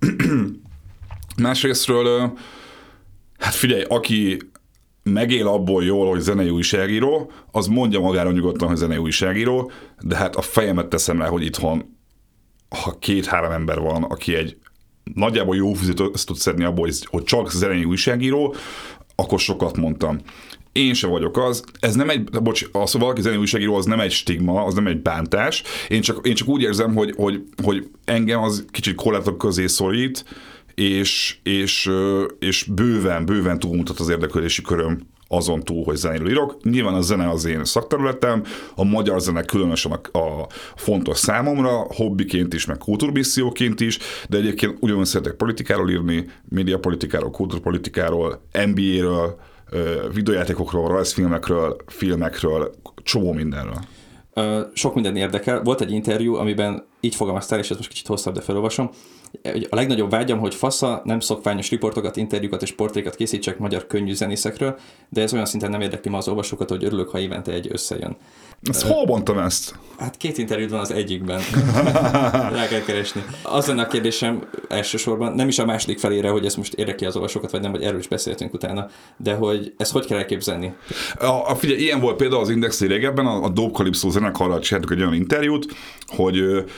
Másrésztről, hát figyelj, aki megél abból jól, hogy zenei újságíró, az mondja magára nyugodtan, hogy zenei újságíró, de hát a fejemet teszem rá, hogy itthon, ha két-három ember van, aki egy nagyjából jó fizetőt tud szedni abból, hogy csak zenei újságíró, akkor sokat mondtam. Én se vagyok az, ez nem egy, bocs, az, hogy valaki zenei újságíró, az nem egy stigma, az nem egy bántás. Én csak, én csak úgy érzem, hogy, hogy, hogy engem az kicsit korlátok közé szorít, és, és, és bőven, bőven túlmutat az érdeklődési köröm azon túl, hogy zenéről írok. Nyilván a zene az én szakterületem, a magyar zene különösen a, a fontos számomra, hobbiként is, meg kultúrbisszióként is, de egyébként ugyanúgy szeretek politikáról írni, médiapolitikáról, kultúrpolitikáról, en bé á-ről, videójátékokról, rajzfilmekről, filmekről, csomó mindenről. Sok minden érdekel. Volt egy interjú, amiben így fogalmaztál, és ez most kicsit hosszabb, de felolvasom. A legnagyobb vágyam, hogy fasza, nem szokványos riportokat, interjúkat és portrékat készítsek magyar könnyű zenészekről, de ez olyan szinten nem érdekli ma az olvasókat, hogy örülök, ha évente egy összejön. Ezt hol mondtam ezt? Hát két interjút van az egyikben. Rá kell keresni. Az lenne a kérdésem elsősorban, nem is a második felére, hogy ez most érdekli az olvasókat, vagy nem, vagy erről is beszéltünk utána, de hogy ezt hogy kell elképzelni? A, a, figyelj, ilyen volt például az Indexi régebben, a, a Dope Calypso zenekarral csináltuk egy olyan interjút, hogy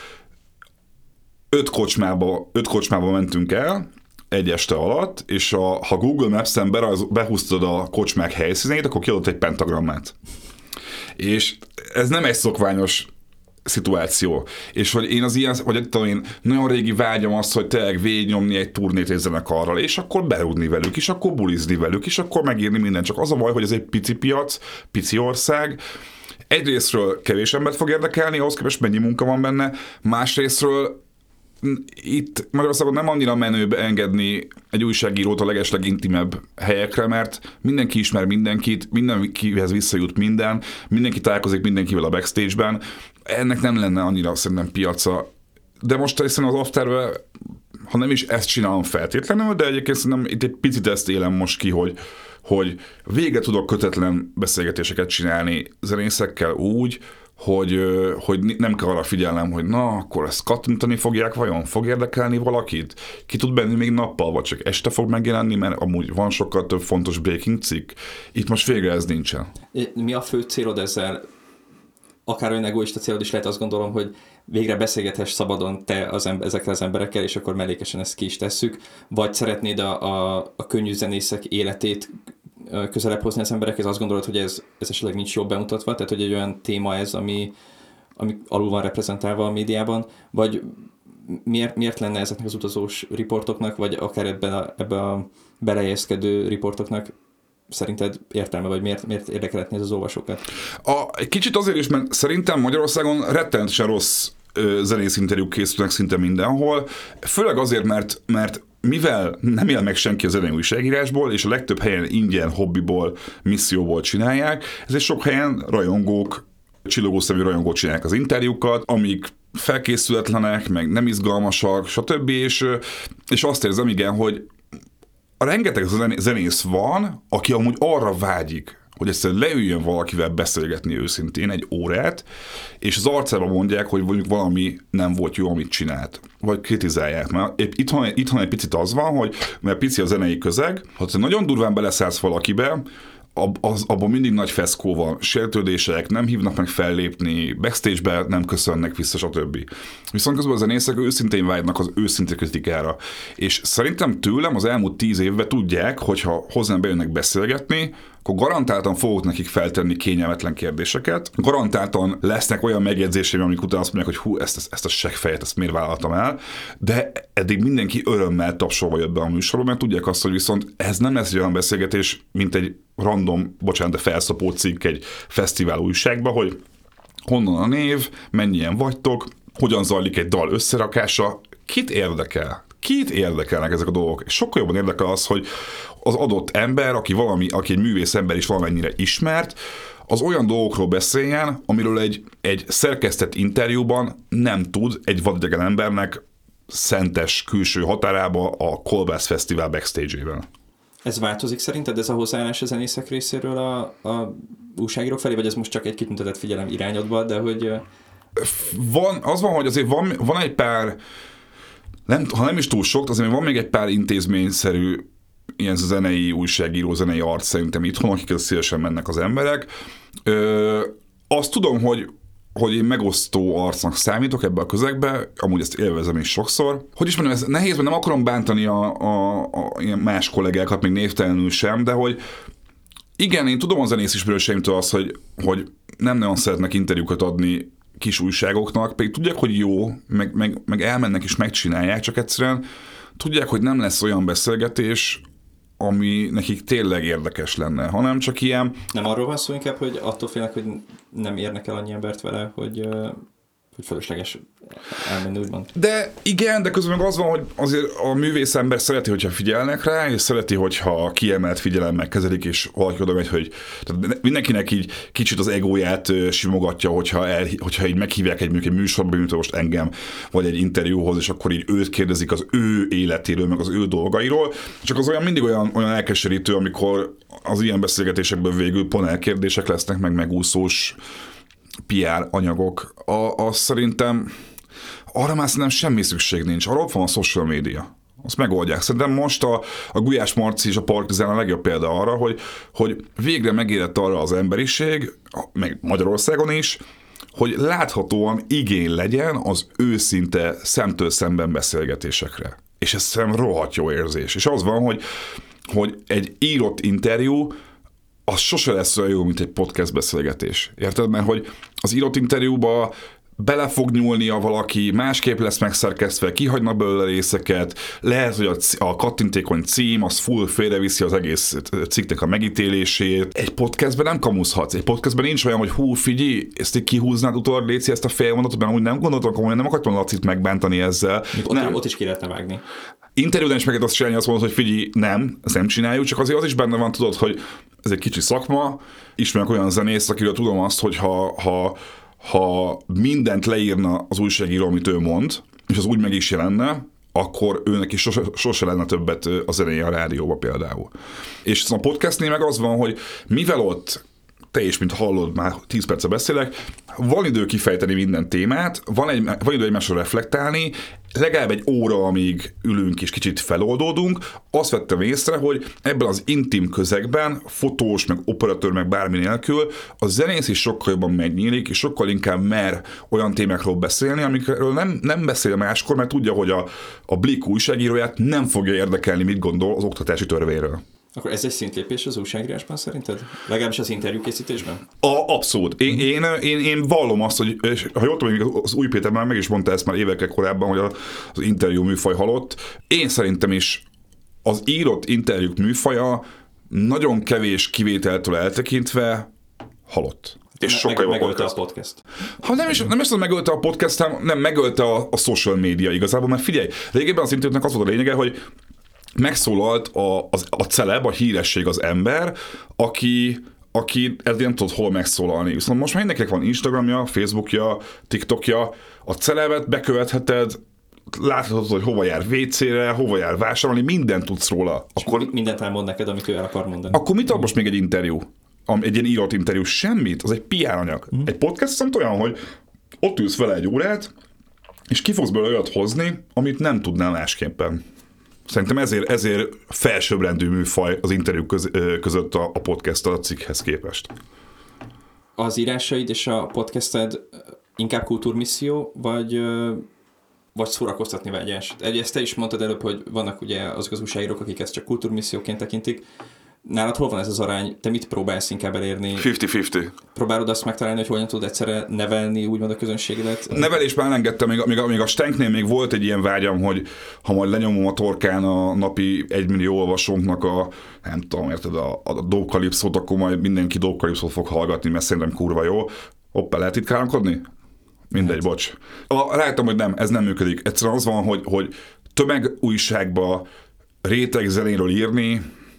öt kocsmába, öt kocsmába mentünk el, egy este alatt, és a, ha Google Maps-en behúztad a kocsmák helyszíneit, akkor kiadott egy pentagrammát. És ez nem egy szokványos szituáció. És hogy én az ilyen, vagy tudom én, nagyon régi vágyam az, hogy tényleg végignyomni egy turnét egy zenekarral, és akkor berúgni velük, és akkor bulizni velük, és akkor megírni mindent. Csak az a baj, hogy ez egy pici piac, pici ország. Egyrésztről kevés embert fog érdekelni, ahhoz képest mennyi munka van benne, másrésztről itt Magyarországon nem annyira menő engedni egy újságírót a legesleg intimebb helyekre, mert mindenki ismer mindenkit, mindenkihez visszajut minden, mindenki találkozik mindenkivel a backstage-ben. Ennek nem lenne annyira szerintem piaca. De most hiszen az afterben, ha nem is ezt csinálom feltétlenül, de egyébként szerintem itt egy picit ezt élem most ki, hogy, hogy végre tudok kötetlen beszélgetéseket csinálni zenészekkel úgy, hogy, hogy nem kell arra figyelnem, hogy na, akkor ezt kattintani fogják, vajon fog érdekelni valakit? Ki tud benni még nappal, vagy csak este fog megjelenni, mert amúgy van sokkal több fontos breaking cikk. Itt most végre ez nincsen. Mi a fő célod ezzel? Akár olyan egoista célod is lehet, azt gondolom, hogy végre beszélgethess szabadon te az ember, ezekkel az emberekkel, és akkor mellékesen ezt ki is tesszük, vagy szeretnéd a, a, a könnyű zenészek életét közelebb hozni az emberekhez, azt gondolod, hogy ez, ez esetleg nincs jobb bemutatva, tehát hogy egy olyan téma ez, ami, ami alul van reprezentálva a médiában, vagy miért, miért lenne ezeknek az utazós riportoknak, vagy akár ebben a, ebben a belejeszkedő riportoknak szerinted értelme, vagy miért, miért érdekelhetné ez az olvasókat? A, egy kicsit azért is, mert szerintem Magyarországon rettenetesen rossz ö, zenész interjúk készülnek szinte mindenhol, főleg azért, mert, mert mivel nem él meg senki a zenei újságírásból, és a legtöbb helyen ingyen, hobbiból, misszióból csinálják, ezért sok helyen rajongók, csillogó szemű rajongók csinálják az interjúkat, amik felkészületlenek, meg nem izgalmasak, stb. És, és azt érzem, igen, hogy rengeteg zenész van, aki amúgy arra vágyik, hogy egyszerűen leüljön valakivel beszélgetni őszintén egy órát, és az arcába mondják, hogy mondjuk valami nem volt jó, amit csinált. Vagy kritizálják. Mert itthon, itthon egy picit az van, hogy mert pici a zenei közeg, ha te nagyon durván beleszállsz valakibe, ab, az, abban mindig nagy feszkó van, sértődések, nem hívnak meg fellépni, backstage-be nem köszönnek vissza, stb. Viszont közben a zenészek őszintén vágynak az őszinte kritikára. És szerintem tőlem az elmúlt tíz évben tudják, hogyha hozzám bejönnek beszélgetni, akkor garantáltan fogok nekik feltenni kényelmetlen kérdéseket, garantáltan lesznek olyan megjegyzéseim, amik utána azt mondják, hogy hú, ezt, ezt, ezt a seggfejet, ezt miért vállaltam el, de eddig mindenki örömmel tapsolva jött be a műsorba, mert tudják azt, hogy viszont ez nem lesz egy olyan beszélgetés, mint egy random, bocsánat, de felszapó cikk egy fesztivál újságba, hogy honnan a név, mennyien vagytok, hogyan zajlik egy dal összerakása, kit érdekel? Kit érdekelnek ezek a dolgok? És sokkal jobban érdekel az, hogy az adott ember, aki valami, aki egy művész ember is valamennyire ismert, az olyan dolgokról beszéljen, amiről egy, egy szerkesztett interjúban nem tud egy vadidegen embernek szentes külső határába a Kolbász Fesztivál backstage-ével. Ez változik szerinted, ez a hozzáállás a zenészek részéről a, a újságírók felé, vagy ez most csak egy kitüntetett figyelem irányodba, de hogy... Van, az van, hogy azért van, van egy pár, nem, ha nem is túl sok, azért van még egy pár intézményszerű ilyen zenei újságíró, zenei arc szerintem itthon, akikkel szívesen mennek az emberek. Ö, azt tudom, hogy, hogy én megosztó arcnak számítok ebbe a közegbe, amúgy ezt élvezem is sokszor. Hogy is mondjam, ez nehéz, mert nem akarom bántani a, a, a ilyen más kollégákat, még névtelenül sem, de hogy igen, én tudom a zenész ismerőseimtől azt, hogy, hogy nem nagyon szeretnek interjúkat adni kis újságoknak, pedig tudják, hogy jó, meg, meg, meg elmennek és megcsinálják, csak egyszerűen tudják, hogy nem lesz olyan beszélgetés, ami nekik tényleg érdekes lenne, hanem csak ilyen... Nem arról van szó inkább, hogy attól félnek, hogy nem érnek el annyi embert vele, hogy, hogy fölösleges elmenni, úgymond. De igen, de közben meg az van, hogy azért a művész ember szereti, hogyha figyelnek rá, és szereti, hogyha kiemelt figyelemmel kezelik, és valaki oda megy, hogy tehát mindenkinek így kicsit az egóját simogatja, hogyha, el, hogyha így meghívják egy, egy műsorba, mint most engem, vagy egy interjúhoz, és akkor így őt kérdezik az ő életéről, meg az ő dolgairól. Csak az olyan mindig olyan, olyan elkeserítő, amikor az ilyen beszélgetésekből végül panelkérdések lesznek, meg megúszós pé er anyagok. A, az szerintem arra már szerintem semmi szükség nincs. Arra ott van a social media. Azt megoldják. Szerintem most a, a Gulyás Marci és a Partizán a legjobb példa arra, hogy, hogy végre megérett arra az emberiség, meg Magyarországon is, hogy láthatóan igény legyen az őszinte szemtől szemben beszélgetésekre. És ez szerintem rohadt jó érzés. És az van, hogy, hogy egy írott interjú az sose lesz olyan jó, mint egy podcast beszélgetés. Érted? Mert hogy az írott interjúba bele fog nyúlnia valaki, másképp lesz megszerkesztve, kihagynak belőle részeket, lehet, hogy a, a kattintékony cím az full félreviszi az egész cikknek a megítélését. Egy podcastben nem kamuszhatsz. Egy podcastben nincs olyan, hogy hú, figyelj, ezt így kihúznád utólag, léci ezt a félmondatot, mert úgy nem gondoltam, hogy nem akartam Lacit megbántani ezzel. Ott, ott is ki lehetne vágni. Interjúban is meg lehet azt csinálni, azt mondod, hogy figyelj, nem, ezt nem csináljuk, csak azért az is benne van, tudod, hogy ez egy kicsi szakma, ismerek olyan zenészt, akiről tudom azt, hogy ha, ha, ha mindent leírna az újságíró, amit ő mond, és az úgy meg is jelenne, akkor őnek is sose, sose lenne többet a zenéje a rádióba például. És a podcastnél meg az van, hogy mivel ott te is, mint hallod, már tíz perce beszélek, van idő kifejteni minden témát, van, egy, van idő egymásra reflektálni, legalább egy óra, amíg ülünk és kicsit feloldódunk, azt vettem észre, hogy ebben az intim közegben, fotós, meg operatőr, meg bármi nélkül, a zenész is sokkal jobban megnyílik, és sokkal inkább mer olyan témákról beszélni, amikről nem, nem beszél máskor, mert tudja, hogy a, a Blik újságíróját nem fogja érdekelni, mit gondol az oktatási törvényről. Akkor ez egy szintlépés az újságírásban szerinted? Legalábbis az interjúkészítésben? A, abszolút. Én, én, én, én vallom azt, hogy ha jól tudom, az Új Péter már meg is mondta ezt már évekkel korábban, hogy az interjú műfaj halott. Én szerintem is az írott interjúk műfaja nagyon kevés kivételtől eltekintve halott. És Me- sokkal meg, jobb megölte a podcast. Ha nem is, nem is az, megölte a podcast, hanem nem, megölte a, a social media igazából, mert figyelj, lényegében az internetnek az volt a lényege, hogy megszólalt a, az, a celeb, a híresség, az ember, aki, aki eddig nem tudott hol megszólalni. Viszont most már mindenkinek van Instagramja, Facebookja, TikTokja, a celebet bekövetheted, láthatod, hogy hova jár vécére, hova jár vásárolni, mindent tudsz róla. Akkor mindent elmond neked, amit ő el akar mondani. Akkor mit ad most még egy interjú? egy ilyen írott interjú, semmit, az egy pé er anyag. Mm. Egy podcast viszont olyan, hogy ott ülsz vele egy órát, és ki fogsz belőle olyat hozni, amit nem tudnál másképpen. Szerintem ezért, ezért felsőbbrendű műfaj az interjú köz, között a, a podcast a cikkhez képest. Az írásaid és a podcasted inkább kultúrmisszió, vagy, vagy szórakoztatni vágyás? Ezt te is mondtad előbb, hogy vannak ugye azok az újságírók, akik ezt csak kultúrmisszióként tekintik. Nálad hol van ez az arány? Te mit próbálsz inkább elérni? fifty-fifty. Próbálod azt megtalálni, hogy hogyan tudod egyszerre nevelni úgymond a közönségedet? Nevelés már elengedtem, még, még, még a Stenknél még volt egy ilyen vágyam, hogy ha majd lenyomom a torkán a napi egymillió olvasónknak a, nem tudom, érted, a, a Dobkalipszót, akkor majd mindenki Dobkalipszót fog hallgatni, mert szerintem kurva jó. Hoppá, lehet itt káromkodni? Mindegy, hát. Bocs. A, rájöttem, hogy nem, ez nem működik. Egyszerűen az van, hogy, hogy tömegújságba réteg zenéről írni,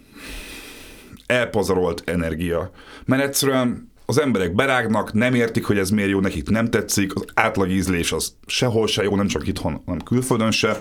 elpazarolt energia. Mert egyszerűen az emberek berágnak, nem értik, hogy ez miért jó, nekik nem tetszik, az átlag ízlés az sehol se jó, nem csak itthon, hanem külföldön se.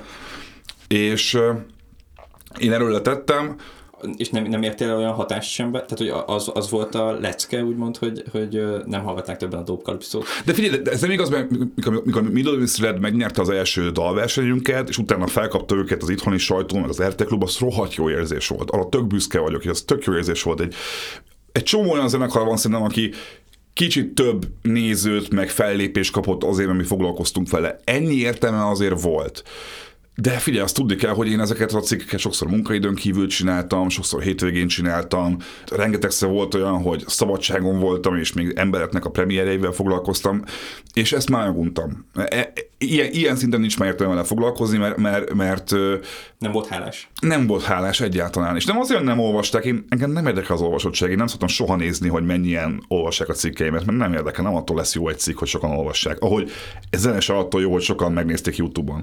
És uh, én erről letettem. És nem, nem értél olyan hatást sem be? Tehát, hogy az, az volt a lecke, úgymond, hogy, hogy nem hallgatnák többen a Dobkalipszót. De figyelj, de ez nem igaz, mert mikor, mikor Middle East Red megnyerte az első dalversenyünket, és utána felkapta őket az itthoni sajtó, meg az er té Klub, az rohadt jó érzés volt. Arra tök büszke vagyok, hogy az tök jó érzés volt. Egy, egy csomó olyan zenekar van szerintem, aki kicsit több nézőt, meg fellépést kapott azért, mert mi foglalkoztunk vele. Ennyi értelme azért volt. De figyelj, azt tudni kell, hogy én ezeket a cikkeket sokszor munkaidőn kívül csináltam, sokszor hétvégén csináltam. Rengetegszer volt olyan, hogy szabadságon voltam, és még embereknek a premierjeivel foglalkoztam, és ezt már meguntam. Ilyen, ilyen szinten nincs már értelme vele foglalkozni, mert, mert, mert... Nem volt hálás. Nem volt hálás egyáltalán. És nem azért, hogy nem olvasták, én, engem nem érdekel az olvasottság, én nem szoktam soha nézni, hogy mennyien olvassák a cikkeimet, mert nem érdekel, nem attól lesz jó egy cikk, hogy sokan olvassák. Ahogy ez zenese attól jó, hogy sokan megnézték YouTube-on.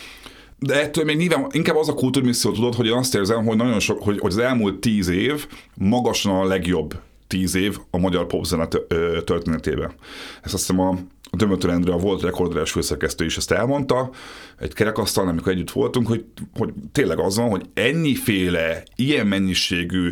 De ettől még nyilván inkább az a kultúrmisszió, tudod, hogy én azt érzem, hogy nagyon sok, hogy, hogy az elmúlt tíz év magasan a legjobb tíz év a magyar popzene történetében. Ezt azt hiszem a Dömötör Endre, a volt rekordrás főszerkesztő is ezt elmondta, egy kerekasztalnál, amikor együtt voltunk, hogy, hogy tényleg az van, hogy ennyiféle, ilyen mennyiségű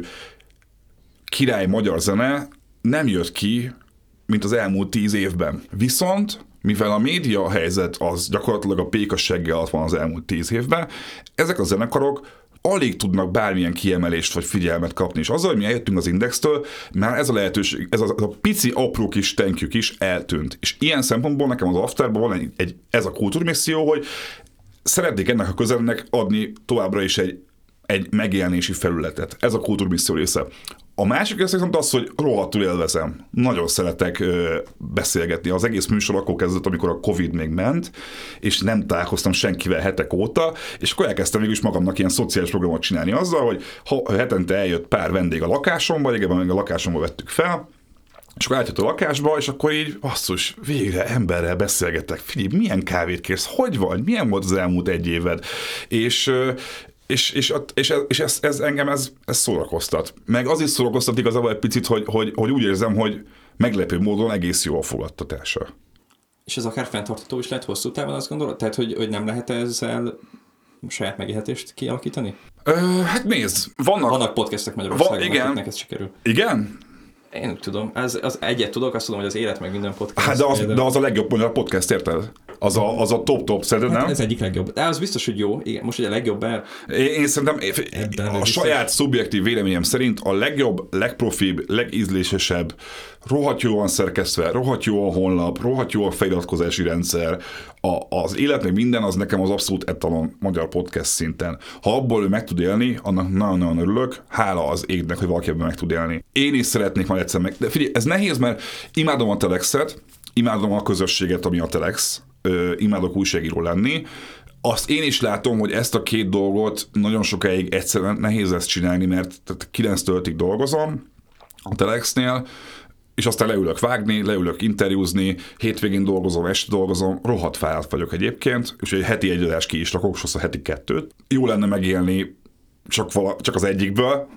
király magyar zene nem jött ki, mint az elmúlt tíz évben. Viszont mivel a média helyzet az gyakorlatilag a péka segge alatt van az elmúlt tíz évben, ezek a zenekarok alig tudnak bármilyen kiemelést vagy figyelmet kapni, és azzal, hogy mi eljöttünk az Indextől, már ez a lehetőség, ez a, ez a pici, apró kis tenkjük is eltűnt. És ilyen szempontból nekem az Afterban van egy, egy, ez a kultúrmisszió, hogy szeretnék ennek a közelnek adni továbbra is egy, egy megjelenési felületet. Ez a kultúrmisszió része. A másik része viszont az, hogy rohadtul élvezem. Nagyon szeretek ö, beszélgetni. Az egész műsor akkor kezdett, amikor a Covid még ment, és nem találkoztam senkivel hetek óta, és akkor elkezdtem mégis magamnak ilyen szociális programot csinálni azzal, hogy ha hetente eljött pár vendég a lakásomba, régebben még a lakásomba vettük fel, és akkor átjött a lakásba, és akkor így, basszus, végre emberrel beszélgettek. Figyelj, milyen kávét kérsz? Hogy vagy? Milyen volt az elmúlt egy éved? És... Ö, És, és, és, ez, és ez, ez engem ez, ez szórakoztat. Meg az is szórakoztat igazából egy picit, hogy, hogy, hogy úgy érzem, hogy meglepő módon egész jó a fogadtatása. És ez akár fenntartható is lehet hosszú távon, azt gondolod? Tehát, hogy, hogy nem lehet ezzel saját megélhetést kialakítani? Ö, hát nézd, vannak... Vannak podcastek Magyarországon, va, igen. akiknek ez sikerül. Igen? Én úgy tudom. Az, az egyet tudok, azt tudom, hogy az élet meg minden podcast. Hát de az, de az a legjobb magyar podcast, érted? Az a, az a top-top, szerinted, hát nem? Ez egyik legjobb. De az biztos, hogy jó. Igen, most ugye a legjobb el... Én, én szerintem a saját szubjektív véleményem szerint a legjobb, legprofibb, legízlésesebb, rohadt jóan szerkesztve, rohadt jó a honlap, rohadt jó a feliratkozási rendszer, a, az élet meg minden, az nekem az abszolút etalon magyar podcast szinten. Ha abból ő meg tud élni, annak nagyon-nagyon örülök, hála az égnek, hogy valaki ebben meg tud élni. Én is szeretnék majd egyszer meg... De figyelj, ez nehéz, mert imádom a Telexet, imádom a közösséget, ami a Telex, Ö, imádok újságíró lenni. Azt én is látom, hogy ezt a két dolgot nagyon sokáig egyszerűen nehéz ezt csinálni, mert kilenctől ötig dolgozom a Telexnél, és aztán leülök vágni, leülök interjúzni, hétvégén dolgozom, este dolgozom, rohadt fáradt vagyok egyébként, és egy heti egy adás ki is rakok, sokszor heti kettőt. Jó lenne megélni csak, vala, csak az egyikből,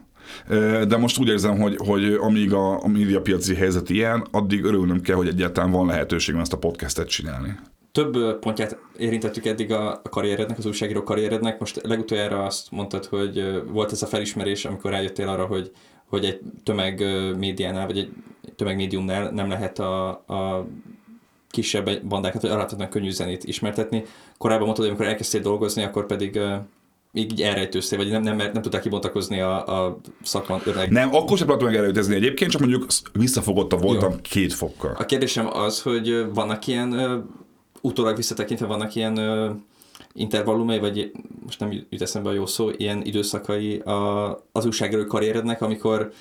de most úgy érzem, hogy, hogy amíg a, a médiapiaci helyzet ilyen, addig örülnöm kell, hogy egyáltalán van lehetőségem ezt a podcastet csinálni. Több pontját érintettük eddig a karrierednek, az újságíró karrierednek. Most legutoljára azt mondtad, hogy volt ez a felismerés, amikor rájöttél arra, hogy, hogy egy tömegmédiánál, vagy egy tömegmédiumnál nem lehet a, a kisebb bandákat, vagy alapvetően könnyű zenét ismertetni. Korábban mondtad, hogy amikor elkezdtél dolgozni, akkor pedig uh, így elrejtőztél, vagy nem, nem, nem, nem tudták kibontakozni a, a szakman öreg. Nem, akkor sem tudtam meg elrejtőzni egyébként, csak mondjuk visszafogottabb voltam Jó. két fokkal. A kérdésem az, hogy vannak ilyen, uh, utólag visszatekintve vannak ilyen uh, intervallumai, vagy most nem jut eszembe a jó szó, ilyen időszakai a, az újságíró karrierednek, amikor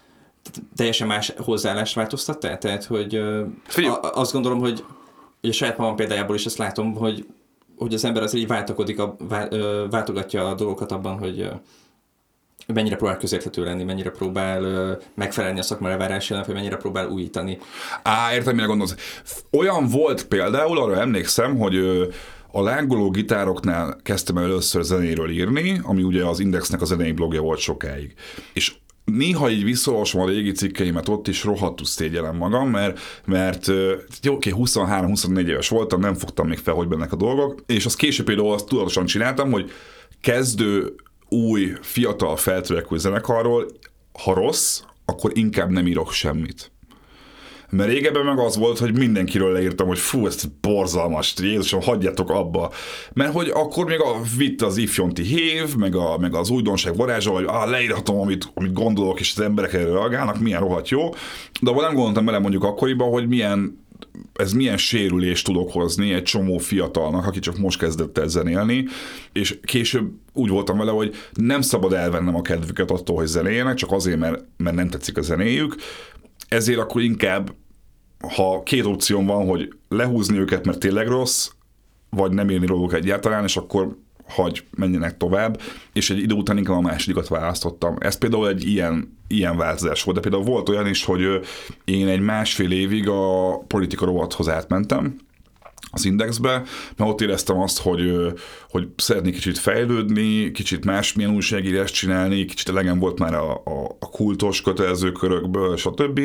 teljesen más hozzáállást változtattál? Tehát, hogy a, azt gondolom, hogy, hogy a saját magam példájából is ezt látom, hogy, hogy az ember azért így váltokodik, a, váltogatja a dolgokat abban, hogy mennyire próbál közérthető lenni, mennyire próbál megfelelni a szakmai elvárásainak, vagy mennyire próbál újítani. Á, értem, mire gondolsz. Olyan volt például, arra emlékszem, hogy a lángoló gitároknál kezdtem először zenéről írni, ami ugye az Indexnek a zenei blogja volt sokáig. És néha így visszaolvasom a régi cikkeimet, ott is rohadtul szégyellem magam, mert, mert jó, oké, huszonhárom-huszonnégy éves voltam, nem fogtam még fel, hogy bennek a dolgok, és azt később például azt tudatosan csináltam, hogy kezdő, új, fiatal, feltörekvő zenekarról, ha rossz, akkor inkább nem írok semmit. Mert régebben meg az volt, hogy mindenkiről leírtam, hogy fú, ez borzalmas, Jézusom, hagyjátok abba. Mert hogy akkor még a vitt az ifjonti hév, meg, a, meg az újdonság varázsa, hogy ah, leírhatom, amit, amit gondolok, és az emberek erre reagálnak, milyen rohadt jó. De abban nem gondoltam bele mondjuk akkoriban, hogy milyen, ez milyen sérülést tud okozni egy csomó fiatalnak, aki csak most kezdett el zenélni, és később úgy voltam vele, hogy nem szabad elvennem a kedvüket attól, hogy zenéljenek, csak azért, mert, mert nem tetszik a zenéjük. Ezért akkor inkább, ha két opcióm van, hogy lehúzni őket, mert tényleg rossz, vagy nem írni róluk egyáltalán, és akkor hagy, menjenek tovább, és egy idő után inkább a másodikat választottam. Ez például egy ilyen, ilyen változás volt, de például volt olyan is, hogy én egy másfél évig a politika rovathoz átmentem, az Indexbe, mert ott éreztem azt, hogy, hogy szeretnék kicsit fejlődni, kicsit másmilyen újságírást csinálni, kicsit elegem volt már a, a, a kultos kötelező körökből, stb.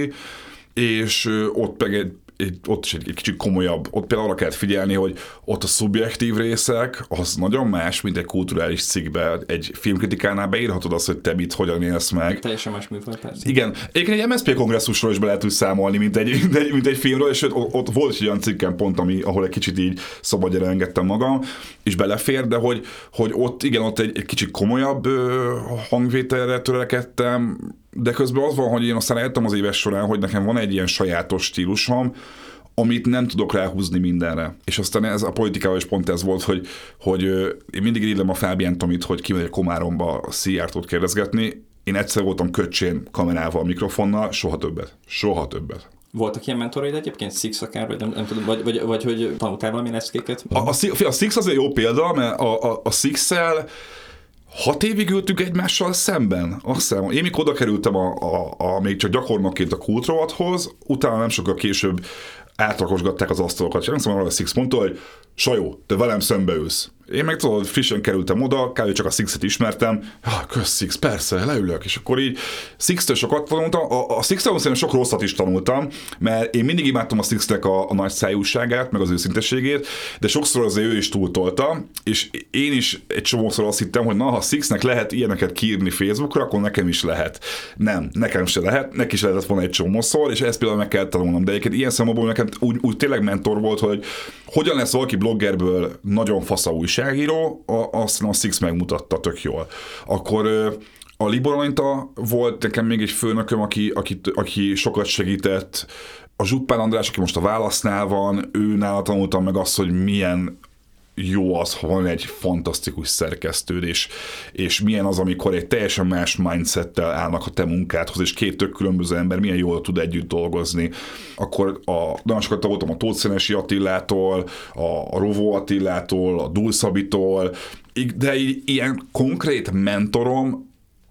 És ott meg egy, egy, ott is egy, egy kicsit komolyabb, ott például arra kellett figyelni, hogy ott a szubjektív részek, az nagyon más, mint egy kulturális cikkbe, egy filmkritikánál beírhatod azt, hogy te mit, hogyan élsz meg. Teljesen más műfaj, persze. Igen, egyébként egy em es zé pé kongresszusról is be lehet úgy számolni, mint egy, mint egy, mint egy filmről, és ott, ott volt egy olyan cikkem pont, ami, ahol egy kicsit így szabadjára engedtem magam, és belefér, de hogy, hogy ott, igen, ott egy, egy kicsit komolyabb hangvételre törekedtem, de közben az van, hogy én aztán eljöttem az éves során, hogy nekem van egy ilyen sajátos stílusom, amit nem tudok ráhúzni mindenre. És aztán ez a politikával is pont ez volt, hogy, hogy én mindig írlem a Fábián Tomit, hogy kimegy a Komáromba a Szijjártót kérdezgetni. Én egyszer voltam Köcsén kamerával, mikrofonnal, soha többet. Soha többet. Voltak ilyen mentoraid egyébként, Six akár, vagy nem, nem tudom, vagy, vagy, vagy hogy tanultál valamilyen eszkéket? A, a, a Six az egy jó példa, mert a, a, a Six-el hat évig ültünk egymással szemben. Azt hiszem, én mikor oda kerültem a, a, a, még csak gyakornokként a kultrovathoz, utána nem sokkal később átrakosgatták az asztalokat. És nem szóval a Six mondta, hogy Sajó, te velem szembe ülsz. Én meg tudod, frissen kerültem oda, kb. Csak a Sixet ismertem. Ja, kösz Six, persze, leülök. És akkor így Six-től sokat tanultam. A, a Six-től szerintem sok rosszat is tanultam, mert én mindig imádtam a Six-nek a, a nagy szájúságát, meg az őszintességét, de sokszor azért ő is túltolta, és én is egy csomószor azt hittem, hogy na, ha Sixnek lehet ilyeneket kiírni Facebookra, akkor nekem is lehet. Nem, nekem se lehet, neki is lehetett volna egy csomószor, és ezt például meg kell tanulnom. De egyébként ilyen szempontból nekem úgy, úgy tényleg mentor volt, hogy hogyan lesz valaki bloggerből nagyon fasz a újságíró, azt a Six megmutatta tök jól. Akkor a Libor Anita volt nekem még egy főnököm, aki, aki, aki sokat segített. A Zsuppán András, aki most a Válasznál van, ő nála tanultam meg azt, hogy milyen jó az, ha van egy fantasztikus szerkesztőd, és, és milyen az, amikor egy teljesen más mindsettel állnak a te munkádhoz, és két tök különböző ember milyen jól tud együtt dolgozni. Akkor a, nagyon sokat tanultam a Tóth Szenesi Attilától, a Rovó Attilától, a Dulszabitól, de így, ilyen konkrét mentorom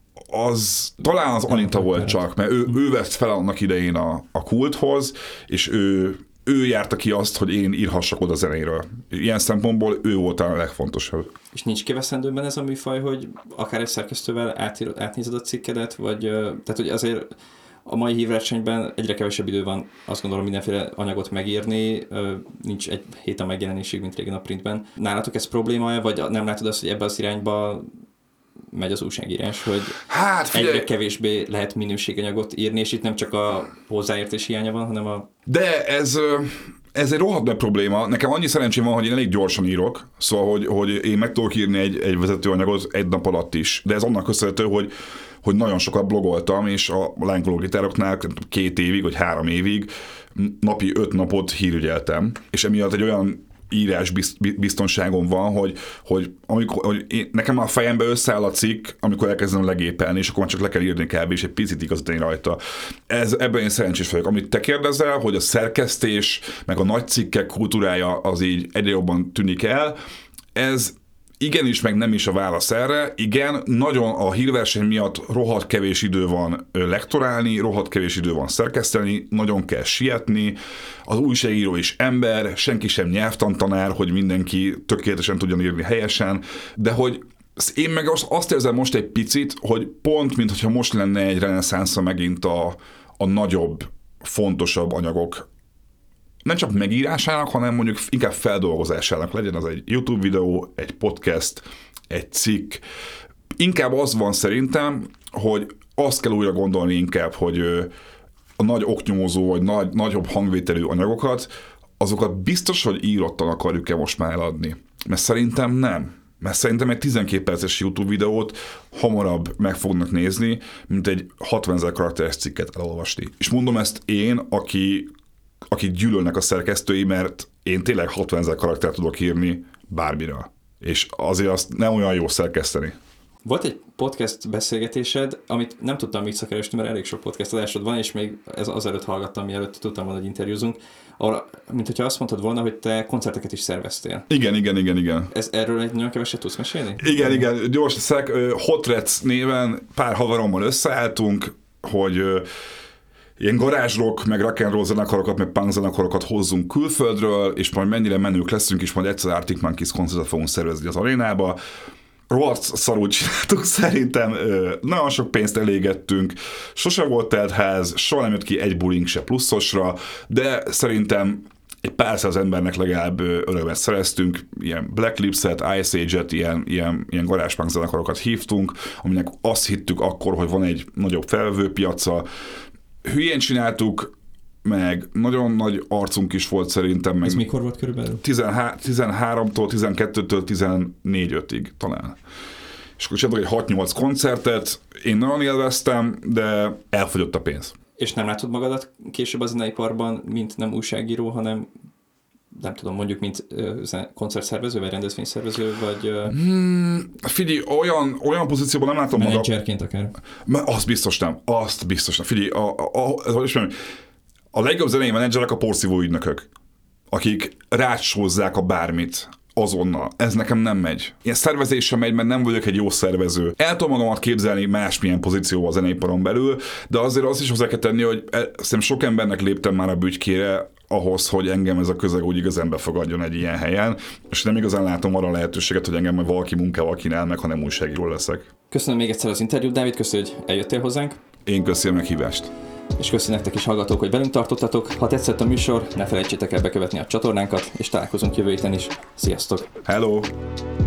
az talán az Anita volt csak, mert ő, ő vett fel annak idején a, a Kulthoz, és ő ő járta ki azt, hogy én írhassak oda zenéről. Ilyen szempontból ő volt a legfontosabb. És nincs kiveszendőben ez a műfaj, hogy akár egy szerkesztővel átírod, átnézed a cikkedet, vagy tehát, hogy azért a mai hírversenyben egyre kevesebb idő van, azt gondolom, mindenféle anyagot megírni, nincs egy hét a megjelenésig, mint régen a printben. Nálatok ez probléma-e, vagy nem látod azt, hogy ebbe az irányba megy az újságírás, hogy hát, figyelj. egyre kevésbé lehet minőséganyagot írni, és itt nem csak a hozzáértés hiánya van, hanem a... De ez... Ez egy rohadt nagy probléma. Nekem annyi szerencsém van, hogy én elég gyorsan írok, szóval, hogy, hogy én meg tudok írni egy, egy vezetőanyagot egy nap alatt is. De ez annak köszönhető, hogy, hogy nagyon sokat blogoltam, és a lángoló gitároknál két évig, vagy három évig napi öt napot hírügyeltem. És emiatt egy olyan írás biztonságom van, hogy, hogy, amikor, hogy én, nekem a fejembe összeáll a cikk, amikor elkezdem legépelni, és akkor már csak le kell írni kb. És egy picit igazítani rajta. Ez, ebben én szerencsés vagyok. Amit te kérdezel, hogy a szerkesztés, meg a nagy cikkek kultúrája az így egyre jobban tűnik el, ez igenis, meg nem is a válasz erre. Igen, nagyon a hírverseny miatt rohadt kevés idő van lektorálni, rohadt kevés idő van szerkeszteni, nagyon kell sietni. Az újságíró is ember, senki sem nyelvtantanár, hogy mindenki tökéletesen tudjon írni helyesen, de hogy én meg azt érzem most egy picit, hogy pont, mintha most lenne egy reneszánsza megint a, a nagyobb, fontosabb anyagok nem csak megírásának, hanem mondjuk inkább feldolgozásának, legyen az egy YouTube videó, egy podcast, egy cikk. Inkább az van szerintem, hogy azt kell újra gondolni inkább, hogy a nagy oknyomozó, vagy nagy, nagyobb hangvételű anyagokat, azokat biztos, hogy írottan akarjuk-e most már eladni. Mert szerintem nem. Mert szerintem egy tizenkét perces YouTube videót hamarabb meg fognak nézni, mint egy hatvanezer karakteres cikket elolvasni. És mondom ezt én, aki akit gyűlölnek a szerkesztői, mert én tényleg hatvanezer karaktert tudok írni bármira. És azért azt nem olyan jó szerkeszteni. Volt egy podcast beszélgetésed, amit nem tudtam visszakeresni, mert elég sok podcast adásod van, és még ez azelőtt hallgattam, mielőtt tudtam volna, hogy interjúzunk, arra, mint hogyha azt mondtad volna, hogy te koncerteket is szerveztél. Igen, igen, igen, igen. Ez, erről egy nagyon keveset tudsz mesélni? Igen, igen. Gyors leszek. Hot Rats néven pár haverommal összeálltunk, hogy ilyen garázsrock, meg rock'n'roll zenekarokat, meg punk zenekarokat hozzunk külföldről, és majd mennyire menők leszünk, és majd egyszer Arctic Monkeys koncertet fogunk szervezni az arénába. Rohadt szarul csináltuk, szerintem nagyon sok pénzt elégettünk, sose volt telt ház, soha nem jött ki egy bulink se pluszosra, de szerintem egy pár száz embernek legalább örömet szereztünk, ilyen Black Lips-et, Ice Age-et, ilyen, ilyen, ilyen garázspunk zenekarokat hívtunk, aminek azt hittük akkor, hogy van egy nagyobb felvevőpiaca. Hülyén csináltuk, meg nagyon nagy arcunk is volt szerintem. Meg ez mikor volt körülbelül? tizenháromtól, tizenkettőtől tizennégy-ötig talán. És akkor csináltuk egy hat-nyolc koncertet, én nagyon élveztem, de elfogyott a pénz. És nem látod magadat később a zeneiparban, mint nem újságíró, hanem nem tudom, mondjuk, mint uh, koncertszervező, vagy rendezvényszervező, vagy... Uh... Hmm, figyelj, olyan, olyan pozícióban nem látom magam... Menedzserként akár. Azt biztos nem, azt biztos nem. Figyelj, a, a, a, a legjobb zenei menedzserek a porszívó ügynökök, akik rácsózzák a bármit azonnal. Ez nekem nem megy. Ilyen szervezés sem megy, mert nem vagyok egy jó szervező. El tudom magamat képzelni másmilyen pozícióval a zeneiparon belül, de azért azt is hozzá kell tenni, hogy szerintem sok embernek léptem már a bütykére ahhoz, hogy engem ez a közeg úgy igazán befogadjon egy ilyen helyen, és nem igazán látom arra a lehetőséget, hogy engem majd valaki munkával kínál meg, hanem újságíró leszek. Köszönöm még egyszer az interjút, Dávid, köszönöm, hogy eljöttél hozzánk. Én köszönöm a meghívást. És köszönöm nektek is, hallgatók, hogy velünk tartottatok. Ha tetszett a műsor, ne felejtsétek el bekövetni a csatornánkat, és találkozunk jövő héten is. Sziasztok! Hello!